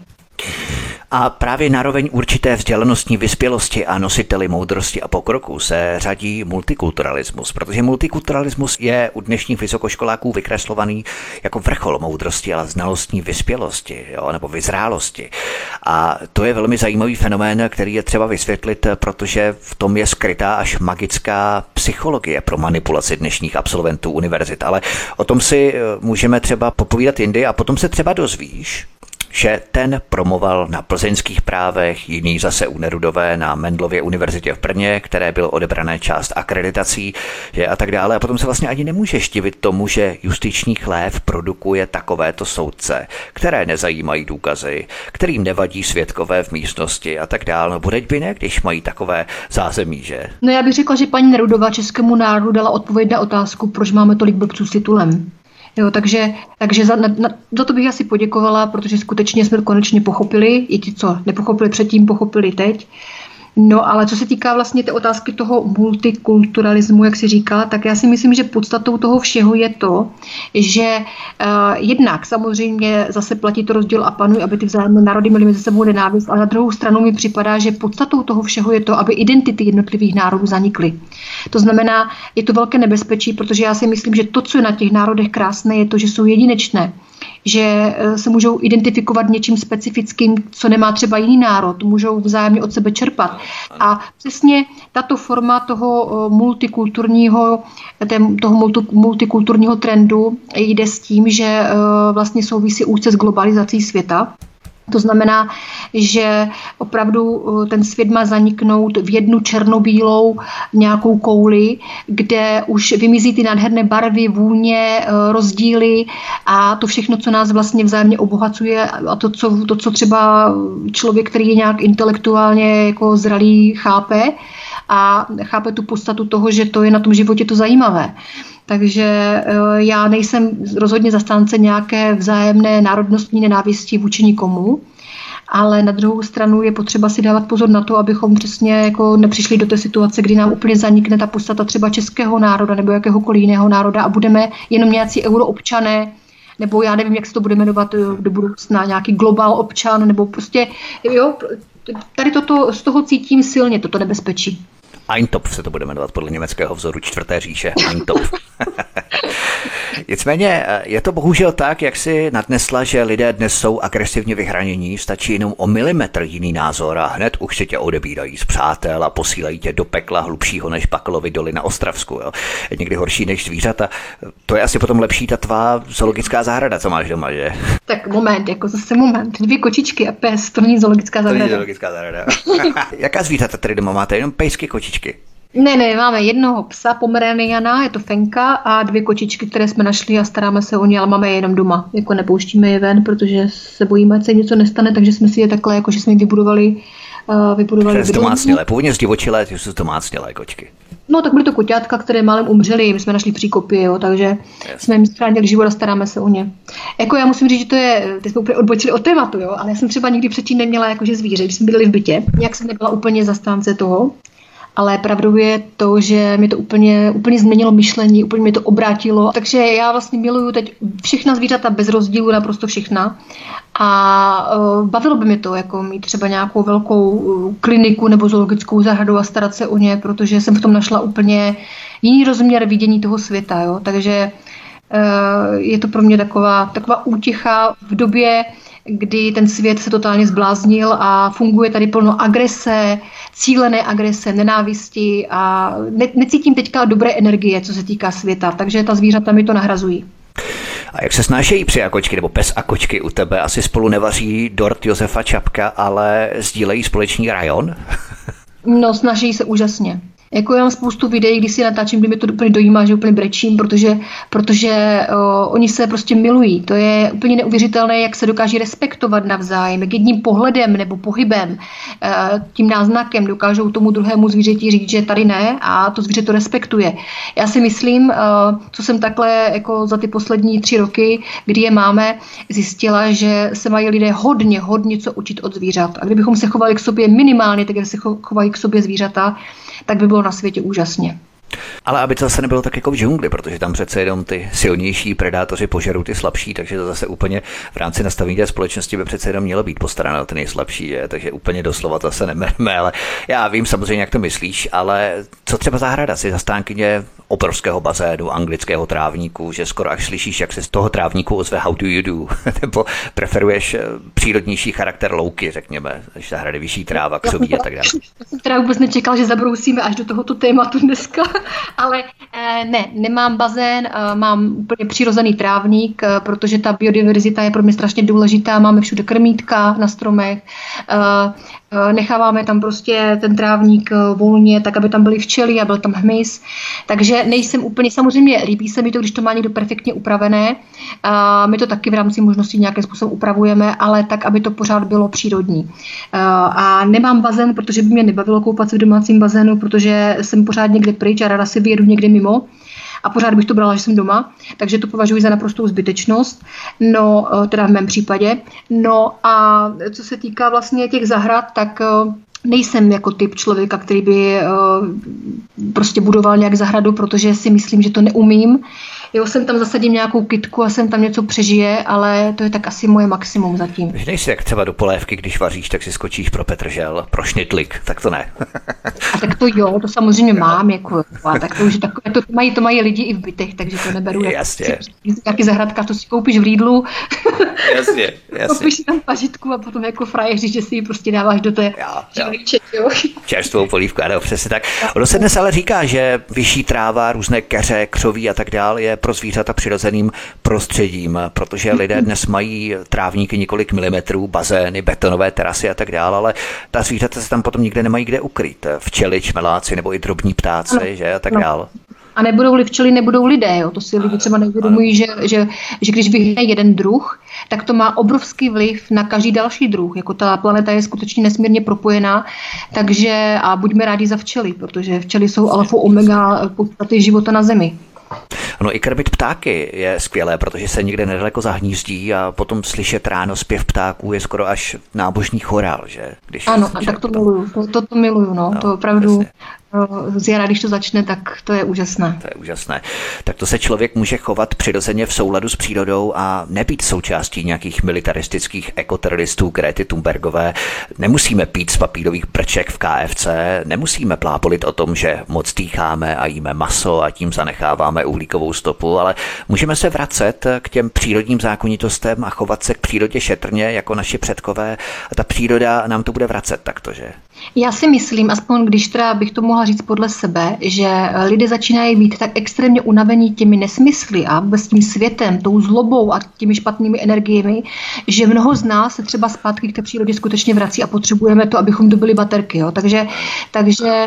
A právě naroveň určité vzdělanostní vyspělosti a nositeli moudrosti a pokroku se řadí multikulturalismus, protože multikulturalismus je u dnešních vysokoškoláků vykreslovaný jako vrchol moudrosti a znalostní vyspělosti, jo, nebo vyzrálosti. A to je velmi zajímavý fenomén, který je třeba vysvětlit, protože v tom je skrytá až magická psychologie pro manipulaci dnešních absolventů univerzit. Ale o tom si můžeme třeba popovídat jindy a potom se třeba dozvíš, že ten promoval na plzeňských právech, jiný zase u Nerudové na Mendelově univerzitě v Brně, které bylo odebrané část akreditací, že a tak dále. A potom se vlastně ani nemůžeš divit tomu, že justiční chlév produkuje takovéto soudce, které nezajímají důkazy, kterým nevadí svědkové v místnosti a tak dále. No budeť by ne, když mají takové zázemí, že? No já bych řekla, že paní Nerudová českému národu dala odpověď na otázku, proč máme tolik blbců s titulem. Jo, takže za to bych asi poděkovala, protože skutečně jsme to konečně pochopili, i ti, co nepochopili předtím, pochopili teď. No ale co se týká vlastně té otázky toho multikulturalismu, jak si říkala, tak já si myslím, že podstatou toho všeho je to, že jednak samozřejmě zase platí to rozdíl a panuj, aby ty vzájemné národy měly mezi sebou nenávist, ale na druhou stranu mi připadá, že podstatou toho všeho je to, aby identity jednotlivých národů zanikly. To znamená, je to velké nebezpečí, protože já si myslím, že to, co je na těch národech krásné, je to, že jsou jedinečné, že se můžou identifikovat něčím specifickým, co nemá třeba jiný národ, můžou vzájemně od sebe čerpat. A přesně tato forma toho multikulturního trendu jde s tím, že vlastně souvisí úzce s globalizací světa. To znamená, že opravdu ten svět má zaniknout v jednu černobílou nějakou kouli, kde už vymizí ty nádherné barvy, vůně, rozdíly a to všechno, co nás vlastně vzájemně obohacuje a to, co třeba člověk, který je nějak intelektuálně jako zralý, chápe. a chápe tu podstatu toho, že to je na tom životě to zajímavé. Takže já nejsem rozhodně zastánce nějaké vzájemné národnostní nenávisti vůči nikomu, ale na druhou stranu je potřeba si dávat pozor na to, abychom přesně jako nepřišli do té situace, kdy nám úplně zanikne ta podstata třeba českého národa nebo jakéhokoliv jiného národa a budeme jenom nějací euroobčané, nebo já nevím, jak se to bude jmenovat do budoucna, nějaký globál občan, nebo prostě, jo, tady toto, z toho cítím silně toto nebezpečí. Eintopf se to bude jmenovat podle německého vzoru čtvrté říše. Eintopf. Nicméně je to bohužel tak, jak si nadnesla, že lidé dnes jsou agresivně vyhranění, stačí jenom o milimetr jiný názor a hned už si tě odebírají z přátel a posílají tě do pekla hlubšího než Baklovy doly na Ostravsku. Jo. Někdy horší než zvířata. To je asi potom lepší ta tvá zoologická zahrada, co máš doma, že? Tak moment, jako zase moment. 2 kočičky a pes, to není zoologická zahrada. To není zoologická zahrada. Jaká zvířata tady doma máte? Jenom pejsky, kočičky? Ne, máme jednoho psa, Pomeraniana, je to Fenka, a 2 kočičky, které jsme našli a staráme se o ně, ale máme je jenom doma. Jako nepouštíme je ven, protože se bojíme, ať se něco nestane, takže jsme si je takhle, jako že jsme je vybudovali zdomácnělé, původně zdivočilé, ty jsou zdomácnělé kočky. No tak byly to koťátka, které málem umřely, my jsme našli příkopy, jo, takže jsme jim schránili život a staráme se o ně. Jako já musím říct, že to je, teď jsme úplně odbočili od tématu, jo, ale já jsem třeba nikdy předtím neměla jakože zvíře, když jsme byli v bytě, nějak jsem nebyla úplně zastánce toho. Ale pravdou je to, že mi to úplně změnilo myšlení, úplně mi to obrátilo. Takže já vlastně miluju teď všechna zvířata bez rozdílu, naprosto všechna. A bavilo by mi to, jako mít třeba nějakou velkou kliniku nebo zoologickou zahradu a starat se o ně, protože jsem v tom našla úplně jiný rozměr vidění toho světa. Jo? Takže je to pro mě taková útěcha v době, kdy ten svět se totálně zbláznil a funguje tady plno agrese, cílené agrese, nenávisti a necítím teďka dobré energie, co se týká světa, takže ta zvířata mi to nahrazují. A jak se snášejí psi a kočky, nebo pes a kočky u tebe? Asi spolu nevaří dort Josefa Čapka, ale sdílejí společný rajon? No, snášejí se úžasně. Jako já mám spoustu videí, kdy si natáčím, kdy mě to úplně dojímá, že úplně brečím, protože oni se prostě milují. To je úplně neuvěřitelné, jak se dokáží respektovat navzájem, jak jedním pohledem nebo pohybem, tím náznakem dokážou tomu druhému zvířeti říct, že tady ne a to zvíře to respektuje. Já si myslím, co jsem takhle jako za ty poslední 3 roky, kdy je máme, zjistila, že se mají lidé hodně co učit od zvířat. A kdybychom se chovali k sobě minimálně, tak jak se chovají k sobě zvířata, tak by bylo na světě úžasně. Ale aby to zase nebylo tak jako v džungli, protože tam přece jenom ty silnější predátoři požerou ty slabší, takže to zase úplně v rámci nastavení té společnosti by přece jenom mělo být postaráno o ty nejslabší, je? Takže úplně doslova to se nemerme, ale já vím samozřejmě, jak to myslíš, ale co třeba zahrada, si zastánkyně obrovského bazénu, anglického trávníku, že skoro až slyšíš, jak se z toho trávníku ozve how do you do, nebo preferuješ přírodnější charakter louky, řekněme, zahrady vyšší tráva, křoví a tak dále. Já jsem teda vůbec nečekal, že zabrousíme až do tohoto tématu dneska. Ale nemám bazén, mám úplně přirozený trávník, protože ta biodiverzita je pro mě strašně důležitá. Máme všude krmítka na stromech, necháváme tam prostě ten trávník volně, tak aby tam byly včely a byl tam hmyz. Takže nejsem úplně, samozřejmě líbí se mi to, když to má někdo perfektně upravené. My to taky v rámci možností nějakým způsobem upravujeme, ale tak, aby to pořád bylo přírodní. A nemám bazén, protože by mě nebavilo koupat se v domácím bazénu, protože jsem pořád někde pryč a ráda si vyjedu někde mimo. A pořád bych to brala, že jsem doma, takže to považuji za naprostou zbytečnost, no, teda v mém případě. No a co se týká vlastně těch zahrad, tak nejsem jako typ člověka, který by prostě budoval nějak zahradu, protože si myslím, že to neumím. Jo, jsem tam zasadím nějakou kytku a jsem tam něco přežije, ale to je tak asi moje maximum zatím. Že nejsi jak třeba do polévky, když vaříš, tak si skočíš pro petržel, pro šnitlik, tak to ne. A tak to jo, to samozřejmě mám, jako, a tak to už to mají lidi i v bytech, takže to neberu. Jasně. Jaký zahradka, to si koupíš v Lidlu. Jasně. Koupíš tam pažitku a potom jako frajeři, že si ji prostě dáváš do té želíček, jo. Čerstvou polívku, ano, přesně tak. Ono se dnes ale říká, že vyšší tráva, různé keře, křoví a tak dále je pro zvířata přirozeným prostředím, protože lidé dnes mají trávníky několik milimetrů, bazény, betonové terasy a tak dále, ale ta zvířata se tam potom nikde nemají kde ukryt. Včely, čmeláci nebo i drobní ptáci, že a tak dále. A nebudou-li včely, nebudou lidé. Jo. To si lidi třeba neuvědomují, že když vyhne jeden druh, tak to má obrovský vliv na každý další druh. Jako ta planeta je skutečně nesmírně propojená, takže a buďme rádi za včely, protože včely jsou alfa omega podstaty života na Zemi. No i krmit ptáky je skvělé, protože se někde nedaleko zahnízdí a potom slyšet ráno zpěv ptáků je skoro až nábožní chorál, že? Ano, tak to miluju. To miluju, no. To opravdu zjara, když to začne, tak to je úžasné. To je úžasné. Tak to se člověk může chovat přirozeně v souladu s přírodou a nebýt součástí nějakých militaristických ekoteroristů Grety Thunbergové. Nemusíme pít z papírových brček v KFC, nemusíme plápolit o tom, že moc dýcháme a jíme maso a tím zanecháváme uhlíkovou stopu, ale můžeme se vracet k těm přírodním zákonitostem a chovat se k přírodě šetrně jako naši předkové a ta příroda nám to bude vracet taktože. Já si myslím, aspoň když teda bych to mohla říct podle sebe, že lidé začínají být tak extrémně unavení těmi nesmysly a vůbec tím světem, tou zlobou a těmi špatnými energiemi, že mnoho z nás se třeba zpátky k té přírodě skutečně vrací a potřebujeme to, abychom dobili baterky. Jo. Takže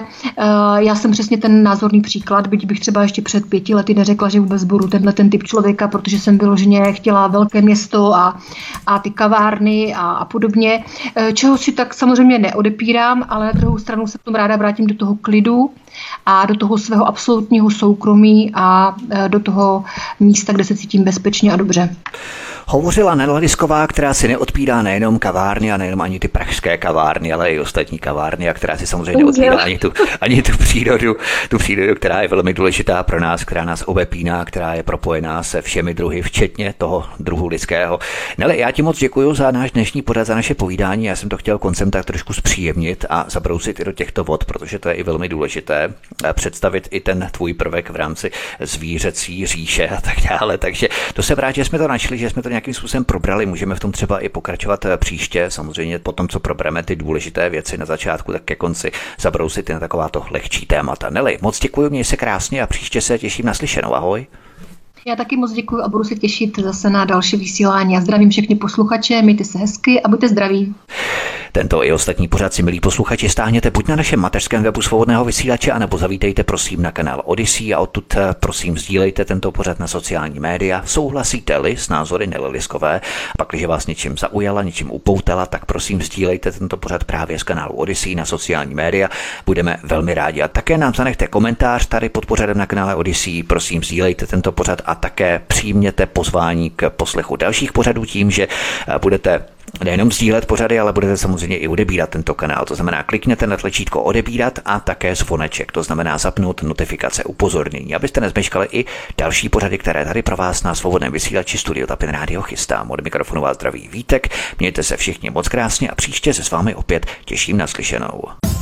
já jsem přesně ten názorný příklad, byť bych třeba ještě před 5 lety neřekla, že vůbec budu ten typ člověka, protože jsem vyloženě chtěla velké město a ty kavárny a podobně, čeho si tak samozřejmě neodepírám, ale na druhou stranu se potom ráda vrátím do toho klidu a do toho svého absolutního soukromí a do toho místa, kde se cítím bezpečně a dobře. Hovořila Nela Lisková, která si neodpírá nejenom kavárny a nejenom ani ty pražské kavárny, ale i ostatní kavárny, a která si samozřejmě neodpírá ani tu přírodu, která je velmi důležitá pro nás, která nás obepíná, která je propojená se všemi druhy, včetně toho druhu lidského. Nele, já ti moc děkuji za náš dnešní pořad, za naše povídání. Já jsem to chtěl koncem tak trošku zpříjemnit a zabrousit i do těchto vod, protože to je i velmi důležité představit i ten tvůj prvek v rámci zvířecí říše a tak dále. Takže to se vrát, že jsme to našli, že jsme to nějakým způsobem probrali, můžeme v tom třeba i pokračovat příště, samozřejmě po tom, co probereme ty důležité věci na začátku, tak ke konci zabrousit i na takováto lehčí témata. Neli, moc děkuji, měj se krásně a příště se těším na slyšenou. Ahoj. Já taky moc děkuji a budu se těšit zase na další vysílání. A zdravím všechny posluchače, mějte se hezky a buďte zdraví. Tento i ostatní pořad si, milí posluchači, stáhněte buď na našem mateřském webu Svobodného vysílače, anebo zavítejte prosím na kanál Odyssey a odtud prosím sdílejte tento pořad na sociální média. Souhlasíte-li s názory Nely Liskové, pak když vás něčím zaujala, něčím upoutala, tak prosím sdílejte tento pořad právě z kanálu Odyssey na sociální média. Budeme velmi rádi. A také nám zanechte komentář tady pod pořadem na kanále Odyssey. Prosím sdílejte tento pořad a také přijměte pozvání k poslechu dalších pořadů tím, že budete nejenom sdílet pořady, ale budete samozřejmě i odebírat tento kanál. To znamená, klikněte na tlačítko odebírat a také zvoneček. To znamená zapnout notifikace, upozornění, abyste nezmeškali i další pořady, které tady pro vás na Svobodném vysílači Studio Tapin Radio chystám. Od mikrofonu vás zdraví Vítek. Mějte se všichni moc krásně a příště se s vámi opět těším na slyšenou.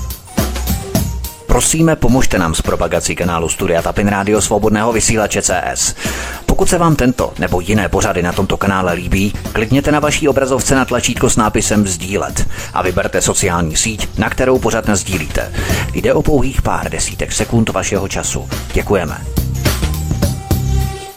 Prosíme, pomožte nám s propagací kanálu Studia Tapin Radio Svobodného vysílače CS. Pokud se vám tento nebo jiné pořady na tomto kanále líbí, klikněte na vaší obrazovce na tlačítko s nápisem sdílet a vyberte sociální síť, na kterou pořad nasdílíte. Jde o pouhých pár desítek sekund vašeho času. Děkujeme.